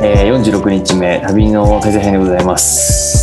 46日目旅の大戦編でございます。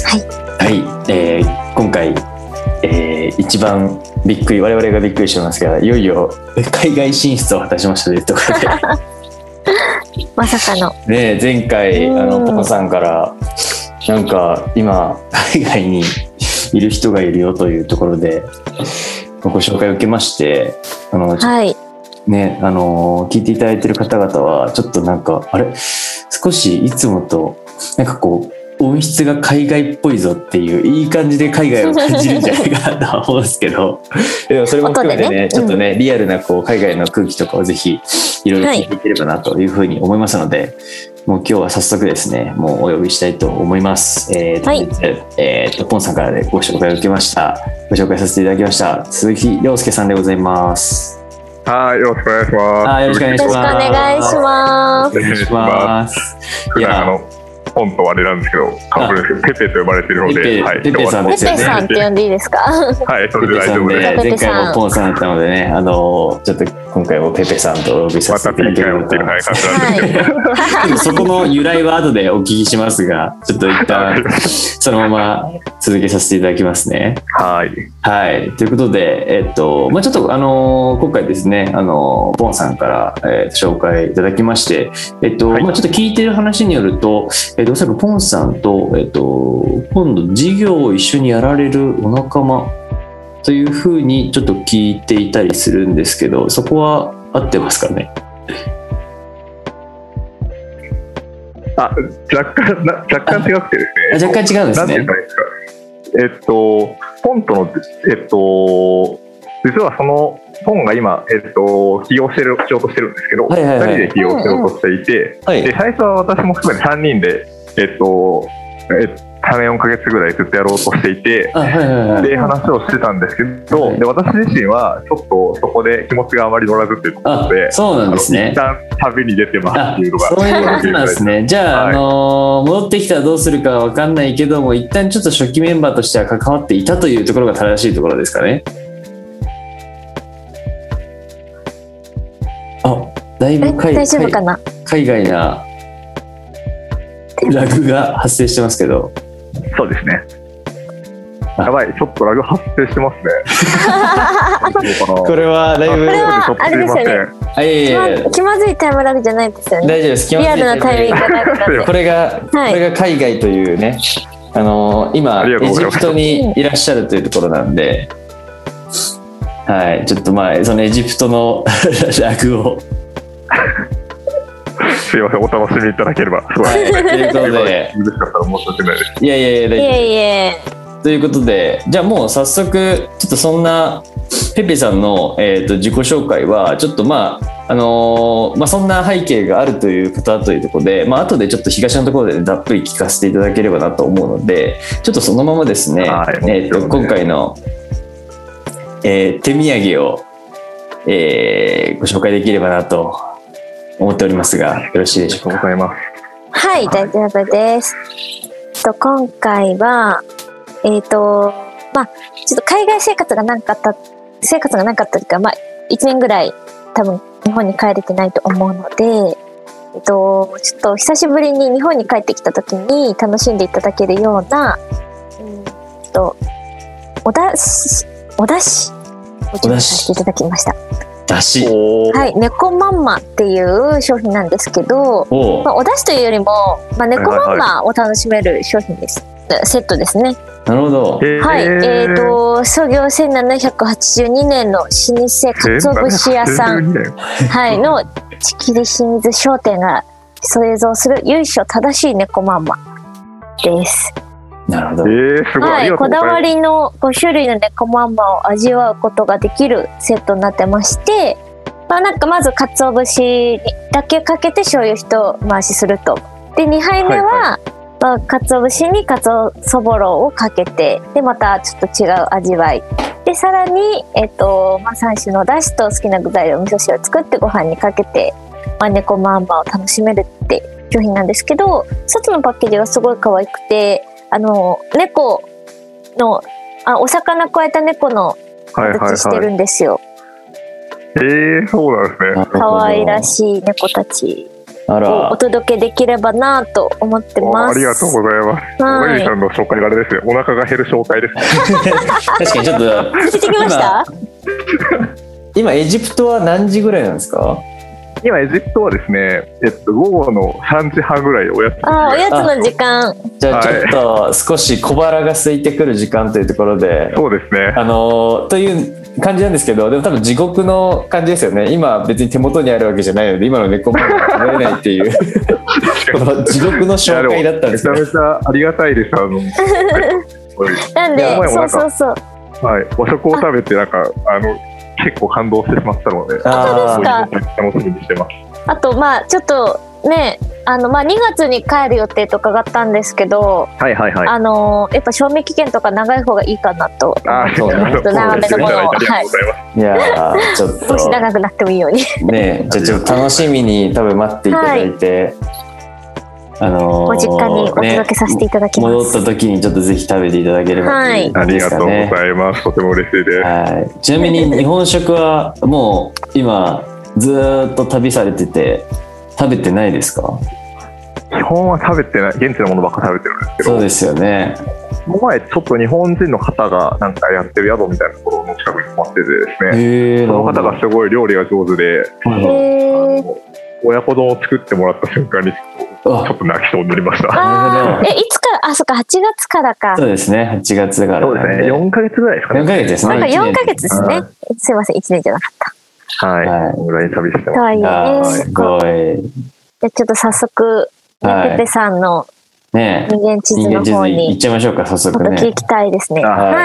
はい、 はい。今回、一番我々がびっくりしてますが、いよいよ海外進出を果たしましたというところでまさかのね、前回ポンさんからなんか今海外にいる人がいるよというところでご紹介を受けまして、 はいね、聞いていただいている方々はちょっとなんかあれ少しいつもとなんかこう音質が海外っぽいぞっていういい感じで海外を感じるんじゃないかなとは思うんですけどでもそれも含めてねちょっとね、リアルなこう海外の空気とかをぜひいろいろ聞いていければなというふうに思いますので、もう今日は早速ですねもうお呼びしたいと思います。ポンさんからでご紹介を受けましたご紹介させていただきました鈴木亮介さんでございます。 はい、よろしくお願いします。 よろしくお願いします。 よろしくお願いします。 お願いします。 普段ポンとあれなんですけど、カンプルペペと呼ばれているので、 ペペさんですよね。 ペペさんって呼んでいいですか？ はい、それで大丈夫です。 前回もポンさんだったのでね、ちょっと今回もペペさんとお呼びさせていただければと思います。そこの由来は後でお聞きしますが、ちょっと一旦そのまま続けさせていただきますね。 はい。 はい。ということで、ちょっと今回ですね、ポンさんから、紹介いただきまして、ちょっと聞いてる話によると、おそらくポンさんと、今度事業を一緒にやられるお仲間というふうにちょっと聞いていたりするんですけど、そこは合ってますかね？ 若干違くてですね。 若干違うんですね。 なんて言ったらいいですか。ポンとの実はそのポンが今起業しようとしてるんですけど、2人で起業しようとしていて、で最初は私も含めて3人で3年4ヶ月ぐらいずっとやろうとしていて、で話をしてたんですけど、で私自身はちょっとそこで気持ちがあまり乗らずというところで、 そうなんですね。 一旦旅に出てますっていうのが、 そういうことなんですね。じゃあ、戻ってきたらどうするかは分かんないけども、一旦ちょっと初期メンバーとしては関わっていたというところが正しいところですかね。だいぶ大丈夫かな？ 海外なラグが発生してますけど。 そうですね。やばい、ちょっとラグ発生してますね。 これはだいぶあれですよね。気まずいタイムラグじゃないですよね。 大丈夫です。 リアルなタイミングがこれが海外というね、今エジプトにいらっしゃるというところなんで、はい、ちょっとそのエジプトのラグをすいません、お楽しみいただければ。 ということで、 難しかったら申し訳ないです。 いや大丈夫。ということで、じゃあもう早速ちょっとそんなペペさんの、自己紹介はちょっとそんな背景があるという方というところで、後でちょっと東のところでざっぷり聞かせていただければなと思うので、ちょっとそのままですね、今回の、手土産を、ご紹介できればなと思っておりますが、よろしいでしょうか？ はい、大丈夫です。今回はちょっと海外生活がなかったというか、1年ぐらい多分日本に帰れてないと思うので、ちょっと久しぶりに日本に帰ってきた時に楽しんでいただけるようなお出汁を準備させていただきました。 だし、 はい、猫まんまっていう商品なんですけど、お出汁というよりも、猫まんまを楽しめる商品です。セットですね。 なるほど。 はい、創業1782年の老舗鰹節屋さん、のちきり清水商店が製造する由緒正しい猫まんまです。 なるほど。 すごい。 はい、こだわりの5種類の猫まんまを味わうことができるセットになってまして、まず鰹節だけかけて醤油一回しすると。で2杯目は、鰹節に鰹そぼろをかけて、でまたちょっと違う味わいで、さらに3種のだしと好きな具材を味噌汁を作ってご飯にかけて、猫まんまを楽しめるって商品なんですけど、外のパッケージがすごい可愛くて、猫のお魚加えた猫の形してるんですよ。 そうなんですね。 可愛らしい猫たちをお届けできればなと思ってます。 ありがとうございます。小柳さんの紹介があれですよ、お腹が減る紹介です確かにちょっと聞いてきました今エジプトは何時ぐらいなんですか？ 今エジプトはですね、午後の3時半ぐらいでおやつおやつの時間。 じゃあちょっと少し小腹が空いてくる時間というところで、 そうですね、 という感じなんですけど、でも多分地獄の感じですよね。今別に手元にあるわけじじゃないので、今の猫マンが食べれないっていうこの地獄の紹介だったんですね。 めちゃめちゃありがたいです。 なんでそうはい、和食を食べて結構感動してしまったので、 本当ですか？ 楽しみにしてます。 あとちょっとね、2月に帰る予定と伺ったんですけど、 はいはいはい、 やっぱ賞味期限とか長い方がいいかなと。 そうね、 長めのものを、 いやちょっと少し長くなってもいいようにね。じゃあちょっと楽しみに多分待っていただいて、 お実家にお届けさせていただきます。 戻った時にちょっとぜひ食べていただければという感じですかね。 ありがとうございます。とても嬉しいです。 はい。ちなみに日本食はもう今ずっと旅されてて食べてないですか？ 基本は食べてない、現地のものばっか食べてるんですけど。 そうですよね。 この前ちょっと日本人の方がなんかやってる宿みたいなところの近くに泊まっててですね、その方がすごい料理が上手で、親子丼を作ってもらった瞬間にちょっと泣きそうになりました。 いつから？そっか、8月からか。 そうですね、8月から。 そうですね、4ヶ月ぐらいですかね。 4ヶ月ですね。 4ヶ月ですね。すいません、1年じゃなかった。 はい、このぐらい旅してます。 すごい。 じゃちょっと早速、ペペさんの人間地図の方に行っちゃいましょうか、早速ね。 聞きたいですね。はい。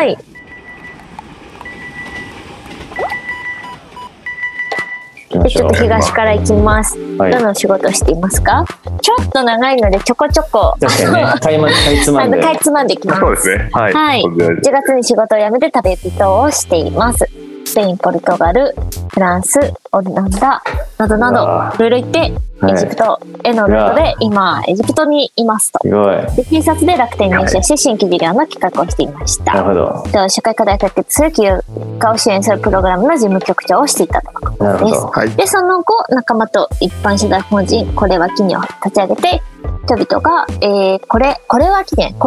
でちょっと東から行きます。どの仕事をしていますか？ちょっと長いのでちょこちょこ確かにね、かいつまんでいきます。そうですね。はい。 1月に仕事を辞めて旅人をしています。スペイン、ポルトガル、フランス、オランダなどなどいろいろ行ってエジプトへのルートで今エジプトにいますと。で警察で楽天に入社し新規事業の企画をしていました。 なるほど。 社会課題を解決する起業家を支援するプログラムの事務局長をしていたとのことです。でその後仲間と一般社団法人これは企業を立ち上げて人々が、これを機に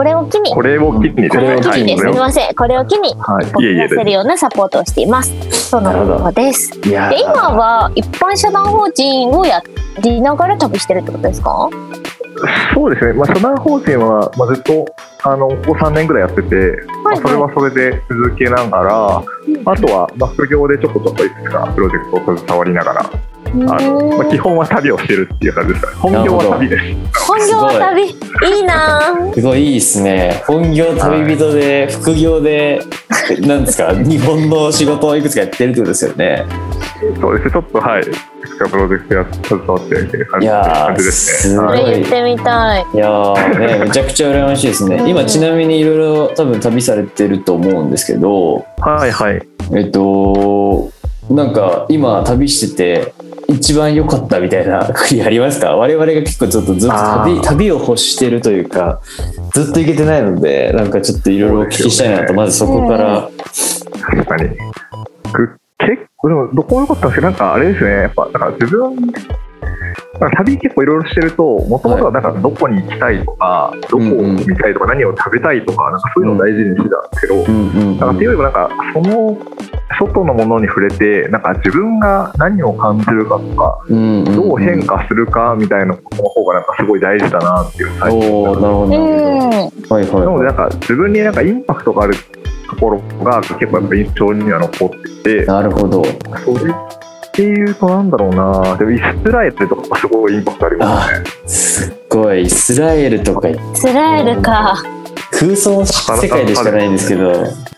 すみません、これを機に出せるようなサポートをしていますとのことです。で今は一般社団法人をやりながら旅してるってことですか？ そうですね、社団法人は、ずっとここ3年ぐらいやってて、それはそれで続けながら、あとは副業でちょこちょこいくつかプロジェクトを携わりながら基本は旅をしてるっていう感じですかね。本業は旅です。 本業は旅、いいな。 すごいいいですね。本業旅人で副業でなんですか、日本の仕事をいくつかやってるってことですよね。 そうですね、ちょっとはい、いくつかプロジェクトや携わってるっていう感じですね。 それ言ってみたい。 いやね、めちゃくちゃ羨ましいですね。今ちなみにいろいろ多分旅されてると思うんですけど、 はいはい。 なんか今旅してて一番良かったみたいな国ありますか？我々が結構ちょっとずっと旅を欲してるというか、ずっと行けてないので、なんかちょっといろいろお聞きしたいなと、まずそこから。 確かに結構でもどこも良かったんですけど、なんかあれですね、やっぱなんか自分旅結構いろいろしてると、もともとはなんかどこに行きたいとか、どこを見たいとか、何を食べたいとか、なんかそういうのを大事にしてたんですけど、なんかっていうよりもなんかその外のものに触れて、なんか自分が何を感じるかとか、どう変化するかみたいなことの方がなんかすごい大事だなっていう最近。 なるほど。 なのでなんか自分になんかインパクトがあるところが結構やっぱ印象には残っていて。 なるほど。 それっていうとなんだろうな、でもイスラエルとかすごいインパクトありますね。 すっごいイスラエルとか。イスラエルか。 空想の世界でしかないんですけど。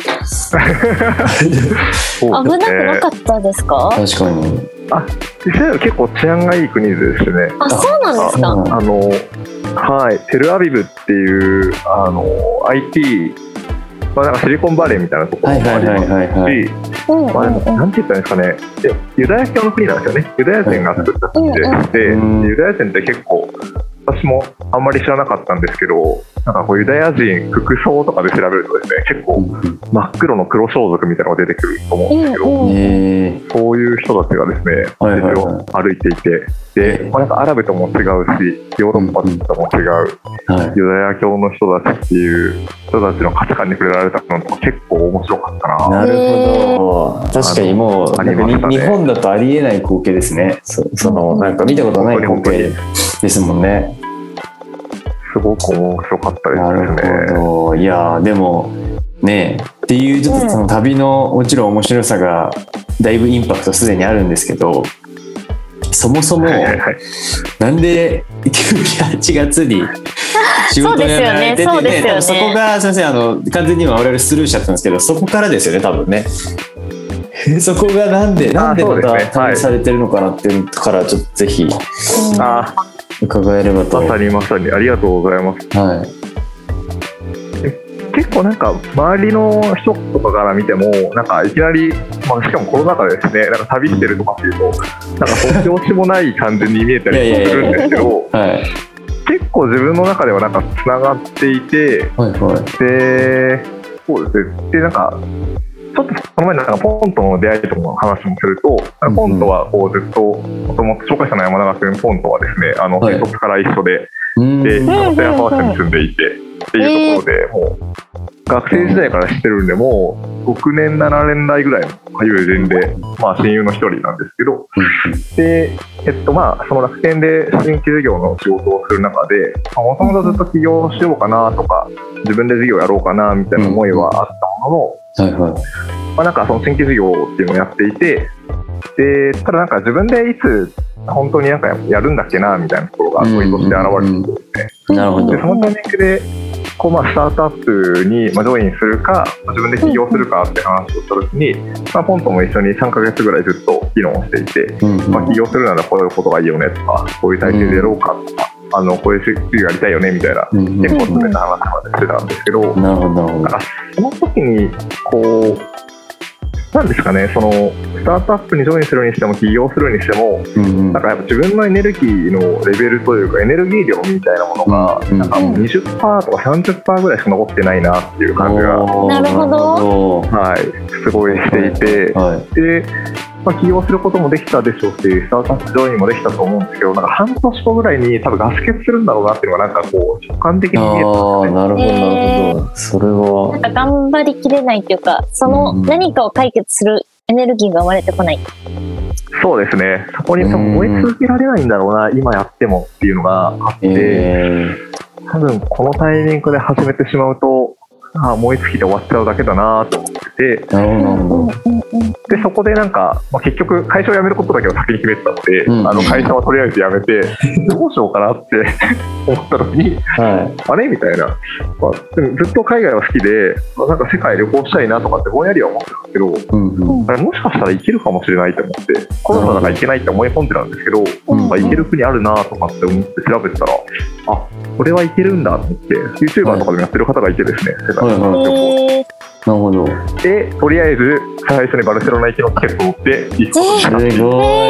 危なくなかったですか？ 確かに。 イスラエル結構治安がいい国ですね。 そうなんですか？ はい、テルアビブっていうIT、なんかシリコンバレーみたいなところもありますし、なんて言ったらいいんですかね、ユダヤ教の国なんですよね。ユダヤ人が作った国でして、ユダヤ人って結構私もあんまり知らなかったんですけど、なんかこうユダヤ人服装とかで調べるとですね、結構真っ黒の黒装束みたいなのが出てくると思うんですけど、そういう人たちがですね、街を歩いていて、で、なんかアラブとも違うし、ヨーロッパとも違う、ユダヤ教の人たちっていう人たちの価値観に触れられたのと結構面白かったな。 なるほど。確かにもうなんか日本だとありえない光景ですね。そのなんか見たことない光景ですもんね。 すごく面白かったですね。 なるほど。いやでもねっていうちょっとその旅のもちろん面白さがだいぶインパクトすでにあるんですけど、そもそもなんで急に8月に仕事をやられててね、そこが先生完全に今我々スルーしちゃったんですけど、そこからですよね多分ね。そこがなんでまた試されてるのかなっていうからちょっとぜひ伺えればと。 まさにありがとうございます。結構なんか周りの人とかから見てもなんかいきなり、しかもコロナ禍でですね、なんか旅してるとかっていうとなんか突拍子もない感じに見えたりするんですけど、結構自分の中ではなんかつながっていて、でそうですね。でなんかちょっとその前になんかポンとの出会いとかの話もすると、ポンとはこうずっともともと紹介者の山永君ポンとはですね、新卒から一緒で、でシェアハウスに住んでいてっていうところで、もう学生時代から知ってるんで、もう6年7年来ぐらいの友人で、親友の一人なんですけど、でその楽天で新規事業の仕事をする中で、もともとずっと起業しようかなとか自分で事業やろうかなみたいな思いはあったものの、なんかその新規事業っていうのをやっていて、でただなんか自分でいつ本当になんかやるんだっけなみたいなところが問いとして現れてですね、 なるほど。 でそのタイミングでこうスタートアップにジョインするか自分で起業するかって話をした時に、ポンとも一緒に3ヶ月ぐらいずっと議論をしていて、起業するならこういうことがいいよねとか、こういう体制でやろうかとか、こういう事業やりたいよねみたいな結構詰めた話までしてたんですけど、 なるほど。 その時にこうなんですかね、そのスタートアップにジョインするにしても起業するにしても、なんかやっぱ自分のエネルギーのレベルというかエネルギー量みたいなものがなんか 20% とか 30% ぐらいしか残ってないなっていう感じが、 なるほど、 すごいしていて、で起業することもできたでしょうし、スタートアップジョインもできたと思うんですけど、なんか半年後ぐらいに多分ガス欠するんだろうなっていうのがなんかこう直感的に見えたんですね。 なるほどなるほど。それはなんか頑張りきれないっていうか、その何かを解決するエネルギーが生まれてこない。 そうですね。そこに多分燃え続けられないんだろうな、今やってもっていうのがあって、多分このタイミングで始めてしまうと燃え尽きて終わっちゃうだけだなと思ってて、でそこでなんか、結局会社を辞めることだけを先に決めてたので、会社はとりあえず辞めてどうしようかなって思った時に、あれみたいな、でもずっと海外は好きでなんか世界旅行したいなとかってぼんやりは思ってたんですけど、もしかしたら行けるかもしれないと思って、コロナだから行けないって思い込んでたんですけど、行ける国あるなとかって思って調べてたら、これはいけるんだと思って、YouTuber とかでもやってる方がいてですね、世界の旅行。 なるほど。 でとりあえず最初にバルセロナ行きのチケットを持って行くことにしたっていう。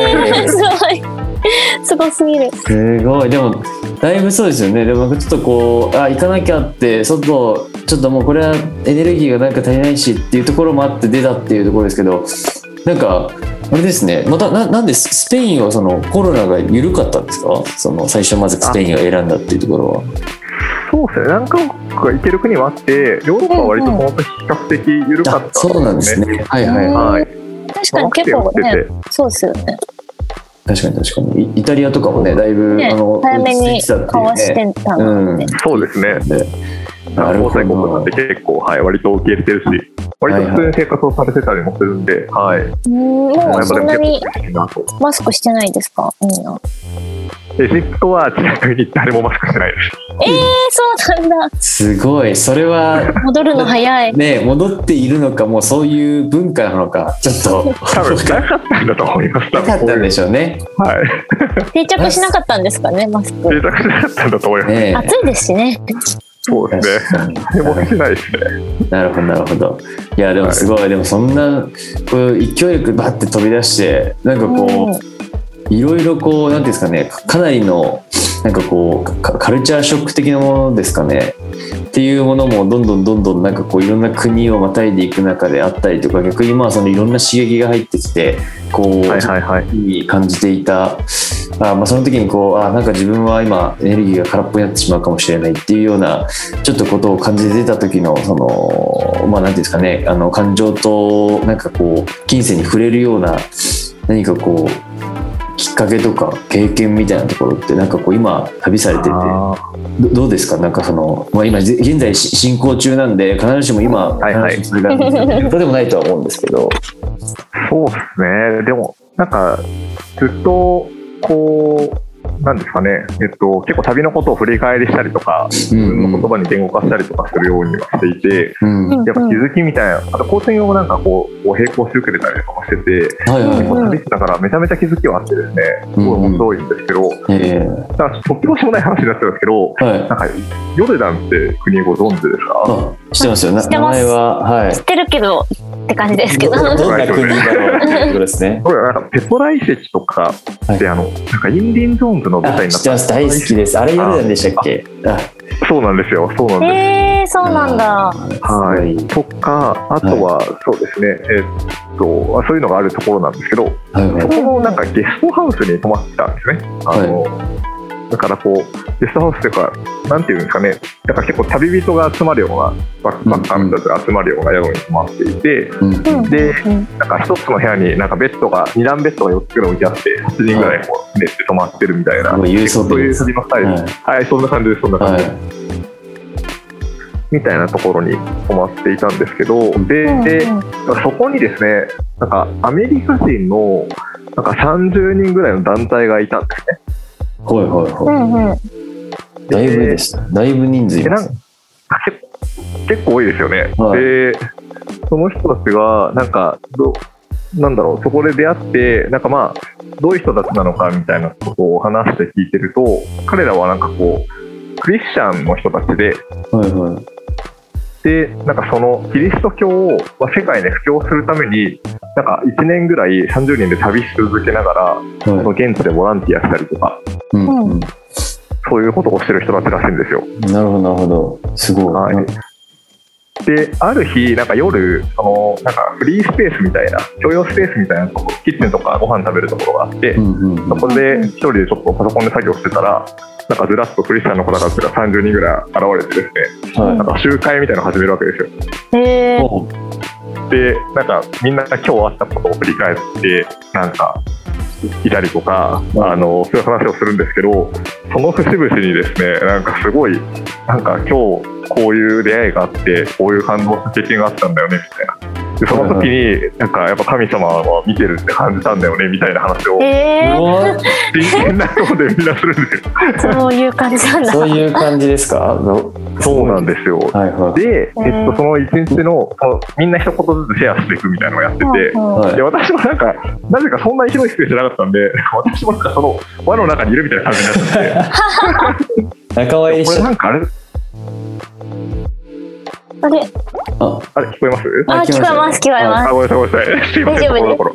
すごすぎる。 すごい。でもだいぶそうですよね。でもちょっとこう行かなきゃってちょっともうこれはエネルギーがなんか足りないしっていうところもあって出たっていうところですけど、なんかあれですね。またなんでスペインはそのコロナが緩かったんですか？その最初まずスペインを選んだっていうところは。 そうですね。何カ国か行ける国もあって、ヨーロッパは割とこの時比較的緩かったんですね。 そうなんですね。はい。 確かに結構ね、そうですよね。 確かにイタリアとかもね、だいぶ早めにかわしてたので、 そうですね。交際国なんで結構割と受け入れてるし、割と普通に生活をされてたりもするんで、 もうそんなにマスクしてないですか？みんな。 エジプトはちなみに誰もマスクしてないです。 そうなんだ。 すごい。それは戻るの早いね。戻っているのか、もうそういう文化なのか、ちょっと多分なかったんだと思います。 なかったんでしょうね。 定着しなかったんですかね、マスク。 定着しなかったんだと思います。 暑いですしね。 そうですね。でもしないですね。 なるほど。いやでもすごい。でもそんな勢いよくバッて飛び出して、なんかこういろいろこうなんていうんですかね、かなりのなんかこうカルチャーショック的なものですかねっていうものもどんどんなんかこういろんな国をまたいでいく中であったりとか、逆にまあそのいろんな刺激が入ってきてこう、いい感じていた、まあその時にこうなんか自分は今エネルギーが空っぽになってしまうかもしれないっていうようなちょっとことを感じて出た時のそのまあなんていうんですかね、感情となんかこう近世に触れるような何かこうきっかけとか経験みたいなところってなんかこう今旅されててどうですか？なんかその、まあ、今現在進行中なんで必ずしも今それがことでもないとは思うんですけど。 そうですね。でもなんかずっとこうなんですかね、結構旅のことを振り返りしたりとか、自分の言葉に言語化したりとかするようにはしていて、やっぱ気づきみたいな、あと高専用もなんかこう並行して受けてたりとかしてて、結構旅してたからめちゃめちゃ気づきはあってですね、すごい面白いんですけど、だから突拍子もない話になってるんですけど、なんかヨルダンって国ご存知ですか？ 知ってますよ。名前は、 知ってるけどって感じですけど。 どんな国だろうっていうことですね。 これなんかペトラ遺跡とかでなんかインディ・ジョーンズの舞台になった。 知ってます、大好きです。あれヨルダンでしたっけ？ そうなんですよ。そうなんです。 そうなんだ。 はい。とか、あとはそうですね。そういうのがあるところなんですけど、そこのなんかゲストハウスに泊まってたんですね。だからこうゲストハウスというかなんていうんですかね、だから結構旅人が集まるようなバックパッカーの人たちが集まるような宿に泊まっていて、でなんか一つの部屋になんかベッドが2段ベッドが4つぐらい置いてあって8人ぐらいこう寝て泊まってるみたいな、そういう旅のスタイル、はい、そんな感じです、そんな感じです、みたいなところに泊まっていたんですけど、でそこにですね、なんかアメリカ人のなんか30人ぐらいの団体がいたんですね。だいぶでした。だいぶ人数います。結構多いですよね。でその人たちがなんかなんだろう、そこで出会ってなんかまあどういう人たちなのかみたいなことを話して聞いてると、彼らはなんかこうクリスチャンの人たちで、でなんかそのキリスト教を世界で布教するためになんか1年ぐらい30人で旅し続けながら、その現地でボランティアしたりとか、そういうことをしてる人たちらしいんですよ。 なるほどなるほど、すごい。 である日なんか夜そのなんかフリースペースみたいな共用スペースみたいなところ、キッチンとかご飯食べるところがあって、そこで一人でちょっとパソコンで作業してたら、なんかずらっとクリスチャンの方たちが30人ぐらい現れてですね、なんか集会みたいなのを始めるわけですよ。でなんかみんな今日あったことを振り返ってなんかいたりとか、そういう話をするんですけど、その節々にですね、なんかすごいなんか今日こういう出会いがあってこういう感動した経験があったんだよねみたいな、でその時になんかやっぱ神様は見てるって感じたんだよねみたいな話を真剣なことでみんなするんですよ。 そういう感じなんだ。 そういう感じですか？ そうなんですよ。で、その一日のみんな一言ずつシェアしていくみたいなのをやってて、で私もなんかなぜかそんなに広いスペースじゃなかったんで、私もなんかその輪の中にいるみたいな感じになっちゃって仲間入りしちゃこれなんかあれ聞こえます？ 聞こえます。 ごめんなさい。すいません、ところ。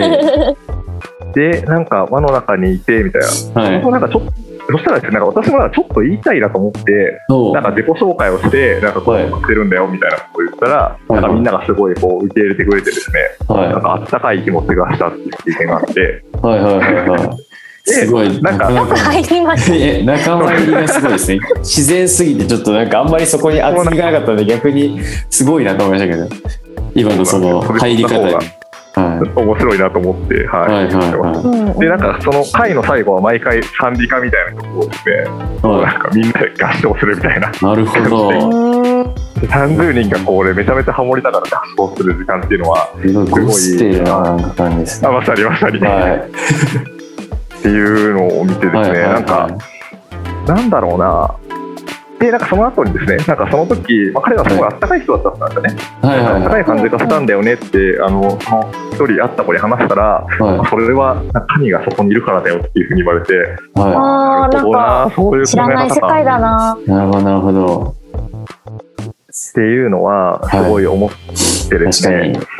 でなんか輪の中にいてみたいな、なんかちょっとそしたらですね、なんか私もちょっと言いたいなと思って、なんか自己紹介をして、なんかこうやってるんだよみたいなことを言ったら、なんかみんながすごいこう受け入れてくれてですね、なんかあったかい気持ちがしたっていう経験があって、 すごいなんか仲間入りがすごいですね。自然すぎてちょっとなんかあんまりそこに厚みがなかったので逆にすごいなと思いましたけど、今のその入り方に。 面白いなと思って、でなんかその回の最後は毎回賛美歌みたいな曲をですね、なんかみんなで合唱するみたいな。 なるほど。 30人がこうめちゃめちゃハモりながら合唱する時間っていうのはすごいゴスペルななんか感じですね。 まさにっていうのを見てですね、なんかなんだろうな。でなんかその後にですね、なんかその時、彼はすごいあったかい人だったんですよね。あったかい感じがしたんだよねってその一人会った子に話したら、それは神がそこにいるからだよっていうふうに言われて、 なんか知らない世界だな。 なるほど。 っていうのはすごい思ってですね。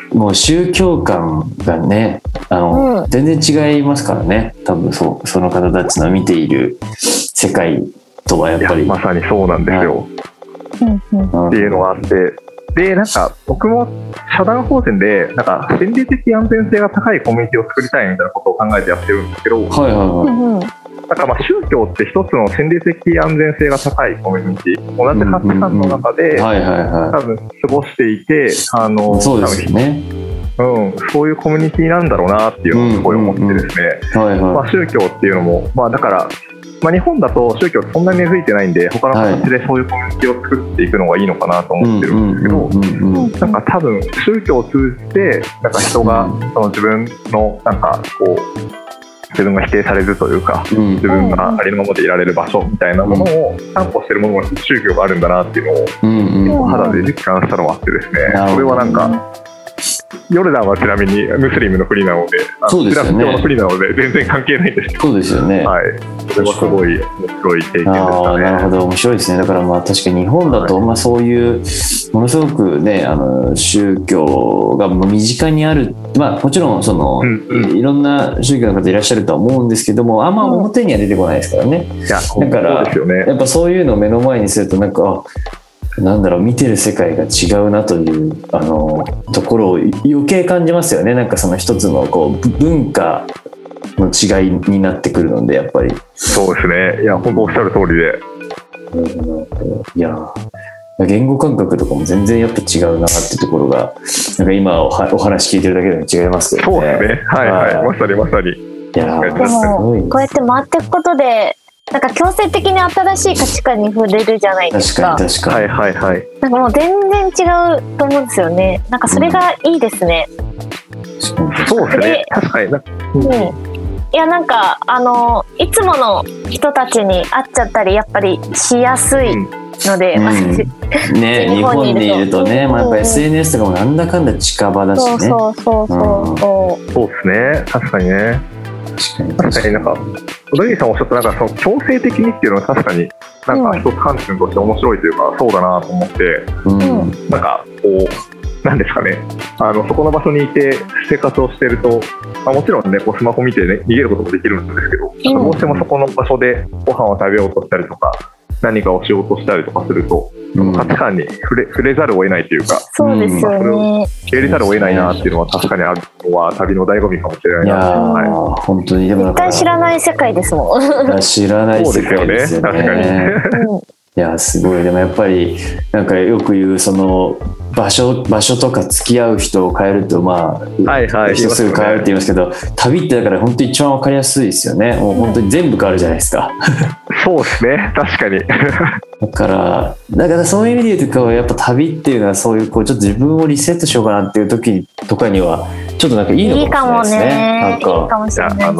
もう宗教観がね全然違いますからね、多分その方たちの見ている世界とはやっぱりまさにそうなんですよ、っていうのがあって、でなんか僕も社団法人でなんか心理的安全性が高いコミュニティを作りたいみたいなことを考えてやってるんですけど、だからまあ宗教って一つの心理的安全性が高いコミュニティ、同じ価値観の中で多分過ごしていて、 そうですよね、 そういうコミュニティなんだろうなっていうのをすごい思ってですね、まあ宗教っていうのも、まあだからまあ、日本だと宗教ってそんなに根付いてないんで、他の形でそういうコミュニティを作っていくのがいいのかなと思ってるんですけど、なんか多分宗教を通じてなんか人がその自分のなんかこう自分が否定されるというか、自分がありのままでいられる場所みたいなものを担保しているものが宗教があるんだなっていうのを肌で実感したのがあってですね、それはなんかヨルダンはちなみにムスリムの国なので、イスラム教の国なので全然関係ないんですけど、 そうですよね、 はい、それはすごい面白い経験でしたね。 なるほど、面白いですね。だからまあ確かに日本だとまあそういうものすごくね宗教が身近にある、まあもちろんその、いろんな宗教の方いらっしゃるとは思うんですけども、あんま表には出てこないですからね。だからやっぱそういうのを目の前にするとなんかなんだろう、見てる世界が違うなというところを余計感じますよね。なんかその一つのこう文化の違いになってくるので、やっぱりそうですね。いや本当おっしゃる通りで、 いや言語感覚とかも全然やっぱ違うなっていうところがなんか今お話聞いてるだけでも違いますけどね。 そうですね、はいはい、まさにまさに。 いやでもこうやって回っていくことでなんか強制的に新しい価値観に触れるじゃないですか。 確かにはいはいはい。 なんかもう全然違うと思うんですよね。なんかそれがいいですね。 そうですね。確かに。 いやなんかいつもの人たちに会っちゃったりやっぱりしやすいので、 ね、日本にいるとね、まあ、やっぱ SNS とかもなんだかんだ近場だしね。 そうですね。確かにね。確かになんか小田切さんおっしゃったなんかその強制的にっていうのは確かになんか一つ観点として面白いというか、そうだなと思って、なんかこうなんですかね、そこの場所にいて生活をしていると、もちろんねこうスマホ見てね逃げることもできるんですけど、どうしてもそこの場所でご飯を食べようとしたりとか何かをしようとしたりとかすると、価値観に触れざるを得ないというか、 そうですよね、 それを受け入れざるを得ないなっていうのは確かにあるのは旅の醍醐味かもしれないな。 いや本当にでも絶対知らない世界ですもん。 知らない世界ですよね。 確かに。 いやすごい。でもやっぱりなんかよく言うその場所とか付き合う人を変えるとまあ人すぐ変えるって言いますけど、旅ってだから本当に一番分かりやすいですよね。もう本当に全部変わるじゃないですか。 そうですね、確かに。 だからそういう意味で言うとやっぱ旅っていうのはそういうこうちょっと自分をリセットしようかなっていう時とかにはちょっとなんかいいのかもしれないですね。 いいかもしれないです。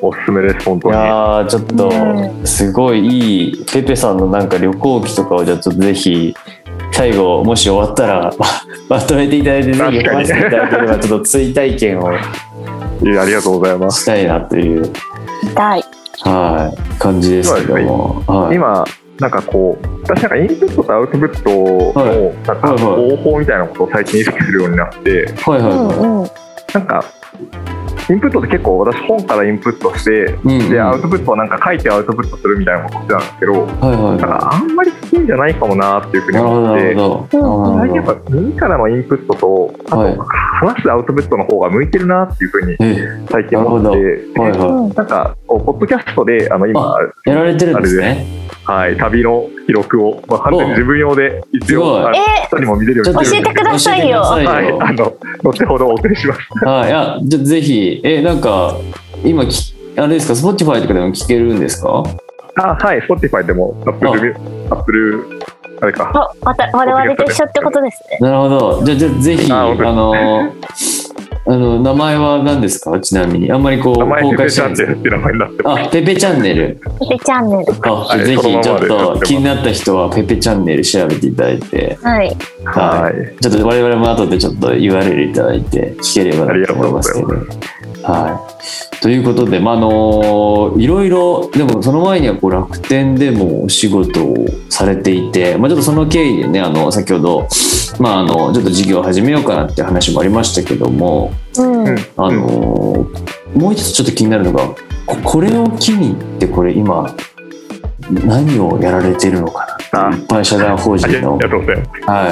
おすすめです本当に。 いやちょっとすごいいいペペさんのなんか旅行記とかをじゃあちょっとぜひ最後もし終わったらまとめていただいてぜひ読ませていただければちょっと追体験をありがとうございます。 したいなという感じですけども、 今なんかこう私なんかインプットとアウトプットのなんか方法みたいなことを最近意識するようになって、なんかインプットって結構私本からインプットして、でアウトプットはなんか書いてアウトプットするみたいなことをしてたんですけど、なんかあんまり好きじゃないかもなっていうふうに思って、最近やっぱ耳からのインプットとあと話すアウトプットの方が向いてるなっていうふうに最近思って、なんかポッドキャストで今やられてるんですね。 はい、旅の記録を、完全に自分用で一応人にも見れるように教えてくださいよ。 はい、後ほどお送りします。 いやじゃあぜひなんか今あれですか Spotify とかでも聞けるんですか？ はい、Spotify でもアップルあれか。 我々と一緒ってことですね。 なるほど。じゃあぜひ名前は何ですか？ちなみにあんまりこう公開してないんですけど。 ペペチャンネルって名前になってます。 ペペチャンネル。 ペペチャンネル。 ぜひちょっと気になった人はペペチャンネル調べていただいて、ちょっと我々も後でちょっと URL いただいて聞ければなと思いますけど。 ということで、いろいろでもその前にはこう楽天でもお仕事をされていて、ちょっとその経緯でね先ほど、ちょっと事業を始めようかなって話もありましたけども、もう一つちょっと気になるのがこれを機にってこれ今何をやられているのかなって、一般社団法人の。 ありがとうございます。 はい。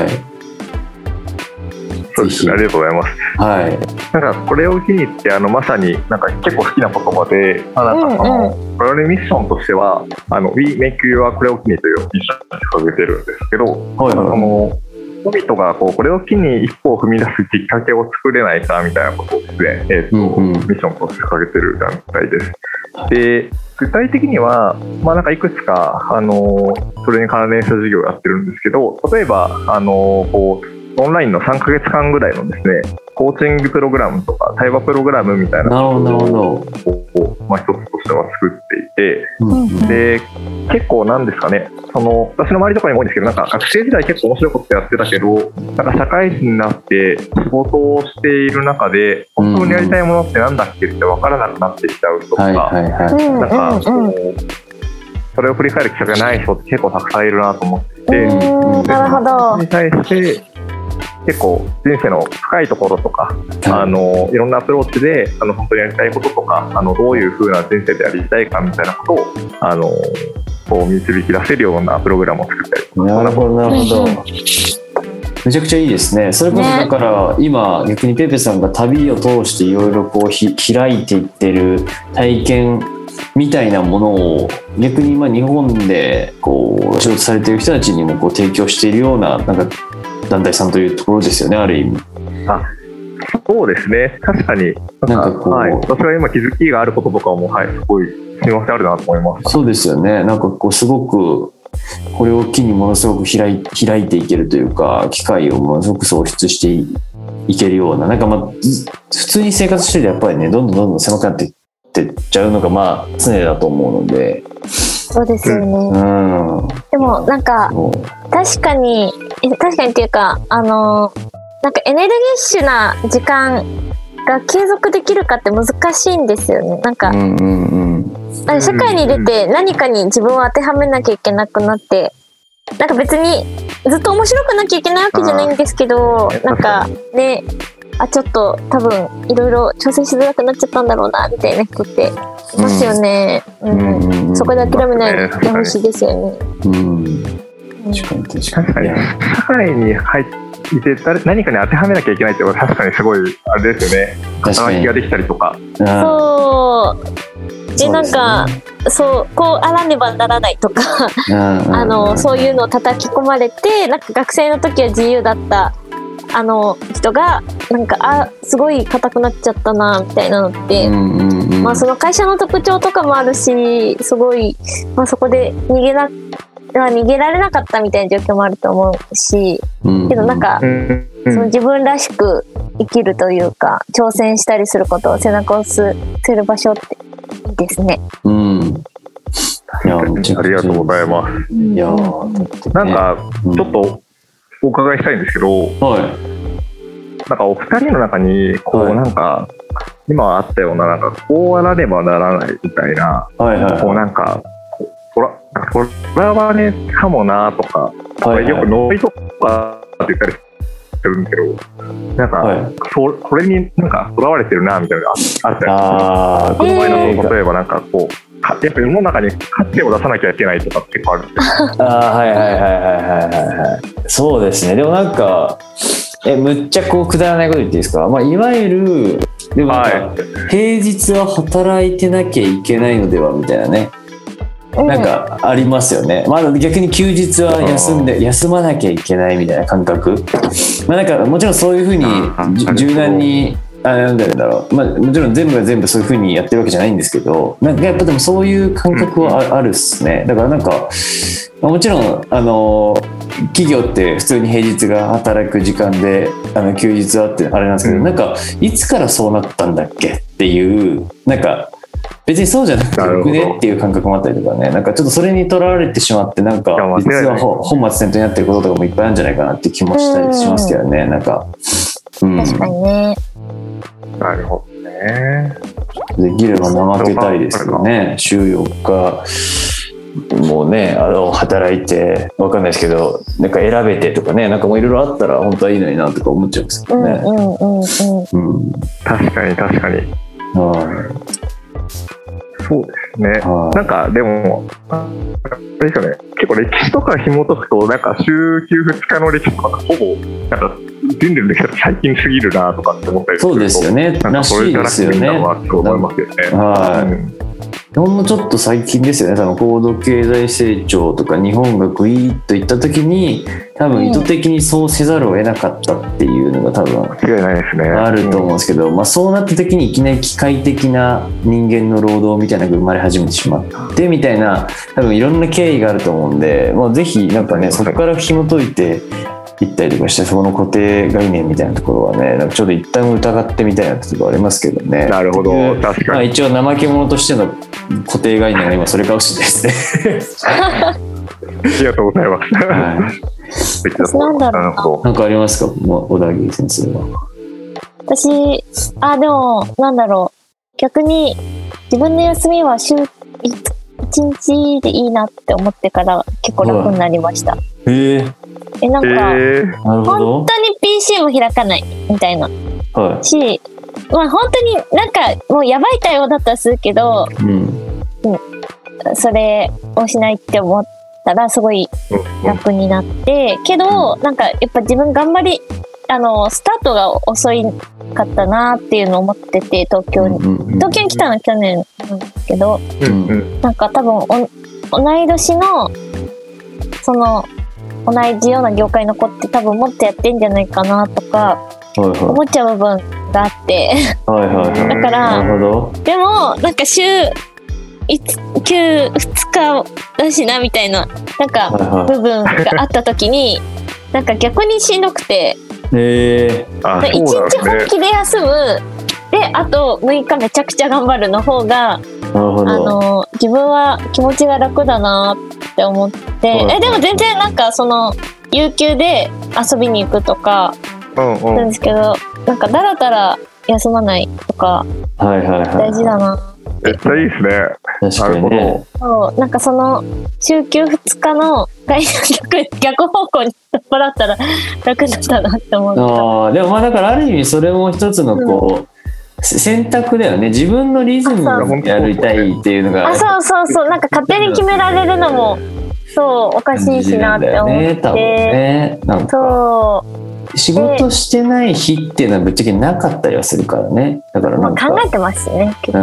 そうですね、ありがとうございます。 はい。 なんかこれを機にってまさになんか結構好きな言葉で、なんか我々ミッションとしてはWe make your これを機にというミッションに掲げてるんですけど、人々がこれを機に一歩を踏み出すきっかけを作れないかみたいなことをですね、ミッションとして掲げてる団体です。で、具体的には、なんかいくつかそれに関連した事業をやってるんですけど、例えばオンラインの3ヶ月間ぐらいのですね、コーチングプログラムとか対話プログラムみたいなことを一つとしては作っていて、で結構なんですかね、私の周りとかにも多いんですけど、なんか学生時代結構面白いことやってたけど、なんか社会人になって仕事をしている中で本当にやりたいものってなんだっけって分からなくなってきちゃうとか、なんかそれを振り返る機会がない人って結構たくさんいるなと思っていて、 なるほど。 それに対して結構人生の深いところとか、いろんなアプローチで本当にやりたいこととか、どういう風な人生でやりたいかみたいなことを導き出せるようなプログラムを作ったりとか。 なるほどなるほど。めちゃくちゃいいですね。それこそだから今逆にペペさんが旅を通していろいろ開いていってる体験みたいなものを逆に日本で仕事されている人たちにも提供しているようななんか団体さんというところですよね、ある意味。 そうですね、確かになんか私が今気づきがあることとかも、すごい幸せあるなと思います。 そうですよね。なんかすごくこれを機にものすごく開いていけるというか、機会をものすごく創出していけるような、なんか普通に生活しててやっぱりね、どんどん狭くなっていってっちゃうのが常だと思うので。 そうですよね。でもなんか確かにっていうかなんかエネルギッシュな時間が継続できるかって難しいんですよね。なんか、社会に出て何かに自分を当てはめなきゃいけなくなって、なんか別にずっと面白くなきゃいけないわけじゃないんですけど、なんかね、ちょっと多分いろいろ挑戦しづらくなっちゃったんだろうなみたいな人っていますよね。そこで諦めないでほしいですよね。 確かに社会に入って何かに当てはめなきゃいけないっていうのは確かにすごいあれですよね。働きができたりとか。 そうで、なんかこうあらねばならないとかそういうのを叩き込まれて、なんか学生の時は自由だった人がなんかすごい硬くなっちゃったなみたいなのって、その会社の特徴とかもあるし、すごい、そこで逃げられなかったみたいな状況もあると思うし、けどなんか、その自分らしく生きるというか、挑戦したりすることを背中を押せる場所っていいですね。 いや、ありがとうございます。 いや、 なんかちょっとお伺いしたいんですけど、なんかお二人の中になんか今あったような、なんかこうあらねばならないみたいな、なんかこれはねかもなとか、よくノリとかって言ったりするんですけど、なんかこれになんかとらわれてるなみたいなのがあったりする。この前の例えばなんかやっぱ世の中に価値を出さなきゃいけないとかって結構あるんですよ。 そうですね。でもなんかむっちゃくだらないこと言っていいですか。いわゆるでも平日は働いてなきゃいけないのではみたいなね、なんかありますよね。逆に休日は休まなきゃいけないみたいな感覚。なんかもちろんそういうふうに柔軟になんだろう、もちろん全部が全部そういうふうにやってるわけじゃないんですけど、なんかやっぱでもそういう感覚はあるっすね。だからなんかもちろん企業って普通に平日が働く時間で休日はってあれなんですけど、なんかいつからそうなったんだっけっていう、なんか別にそうじゃなくてよくねっていう感覚もあったりとかね、なんかちょっとそれにとらわれてしまって、なんか実は本末転倒になってることとかもいっぱいあるんじゃないかなって気もしたりしますけどね。なんか、 確かにね。 なるほどね。 ね。 できれば怠けたいですよね。週4日もうね働いてわかんないですけどなんか選べてとかねなんかもういろいろあったら本当はいいのになとか思っちゃうんですけどね。 確かに確かに。そうですね。なんかでもあれですよね。結構歴史とか紐解くとなんか週休2日の歴史とかほぼなんか人類の歴史が最近すぎるなとかって思ったりすると。 そうですよね。 なんかそれじゃなくていいんだなって思いますよね。 日本もちょっと最近ですよね。多分高度経済成長とか日本がグイーッといった時に多分意図的にそうせざるを得なかったっていうのが多分間違いないですね。 あると思うんですけど、そうなった時にいきなり機械的な人間の労働みたいなのが生まれ始めてしまってみたいな多分いろんな経緯があると思うんで、ぜひなんかねそこから紐解いていったりとかしてそこの固定概念みたいなところはねなんかちょっと一旦疑ってみたいなってところありますけどね。 なるほど、確かに。 一応怠け者としての固定概念が今それかもしれないですね。 ありがとうございます。素敵だと思います。なるほど。 なんかありますか、小田切先生は。 私でもなんだろう、逆に自分の休みは週1日でいいなって思ってから結構楽になりました。なんか、本当に PC も開かないみたいな、し、本当になんかもうやばい対応だったらするけど、それをしないって思ったらすごい楽になって、けどなんかやっぱ自分頑張りスタートが遅いかったなっていうのを思ってて、東京に来たの去年なんですけど、なんか多分同い年のその同じような業界の子って多分もっとやってんじゃないかなとか思っちゃう部分があってだからでもなんか週2日だしなみたいななんか部分があった時になんか逆にしんどくて1日本気で休むであと6日めちゃくちゃ頑張るの方が自分は気持ちが楽だなって思ってでも全然なんかその有給で遊びに行くとかなんですけどなんかだらだら休まないとか大事だな。 絶対いいですね。なるほど。 そうなんかその週休2日の逆方向に引っ張らったら楽だったなって思った。 でもだからある意味それも一つの選択だよね。自分のリズムでやりたいっていうのがそうなんか勝手に決められるのもおかしいしなって思って、 仕事してない日っていうのはぶっちゃけなかったりはするからね。だからなんか考えてますね。 確か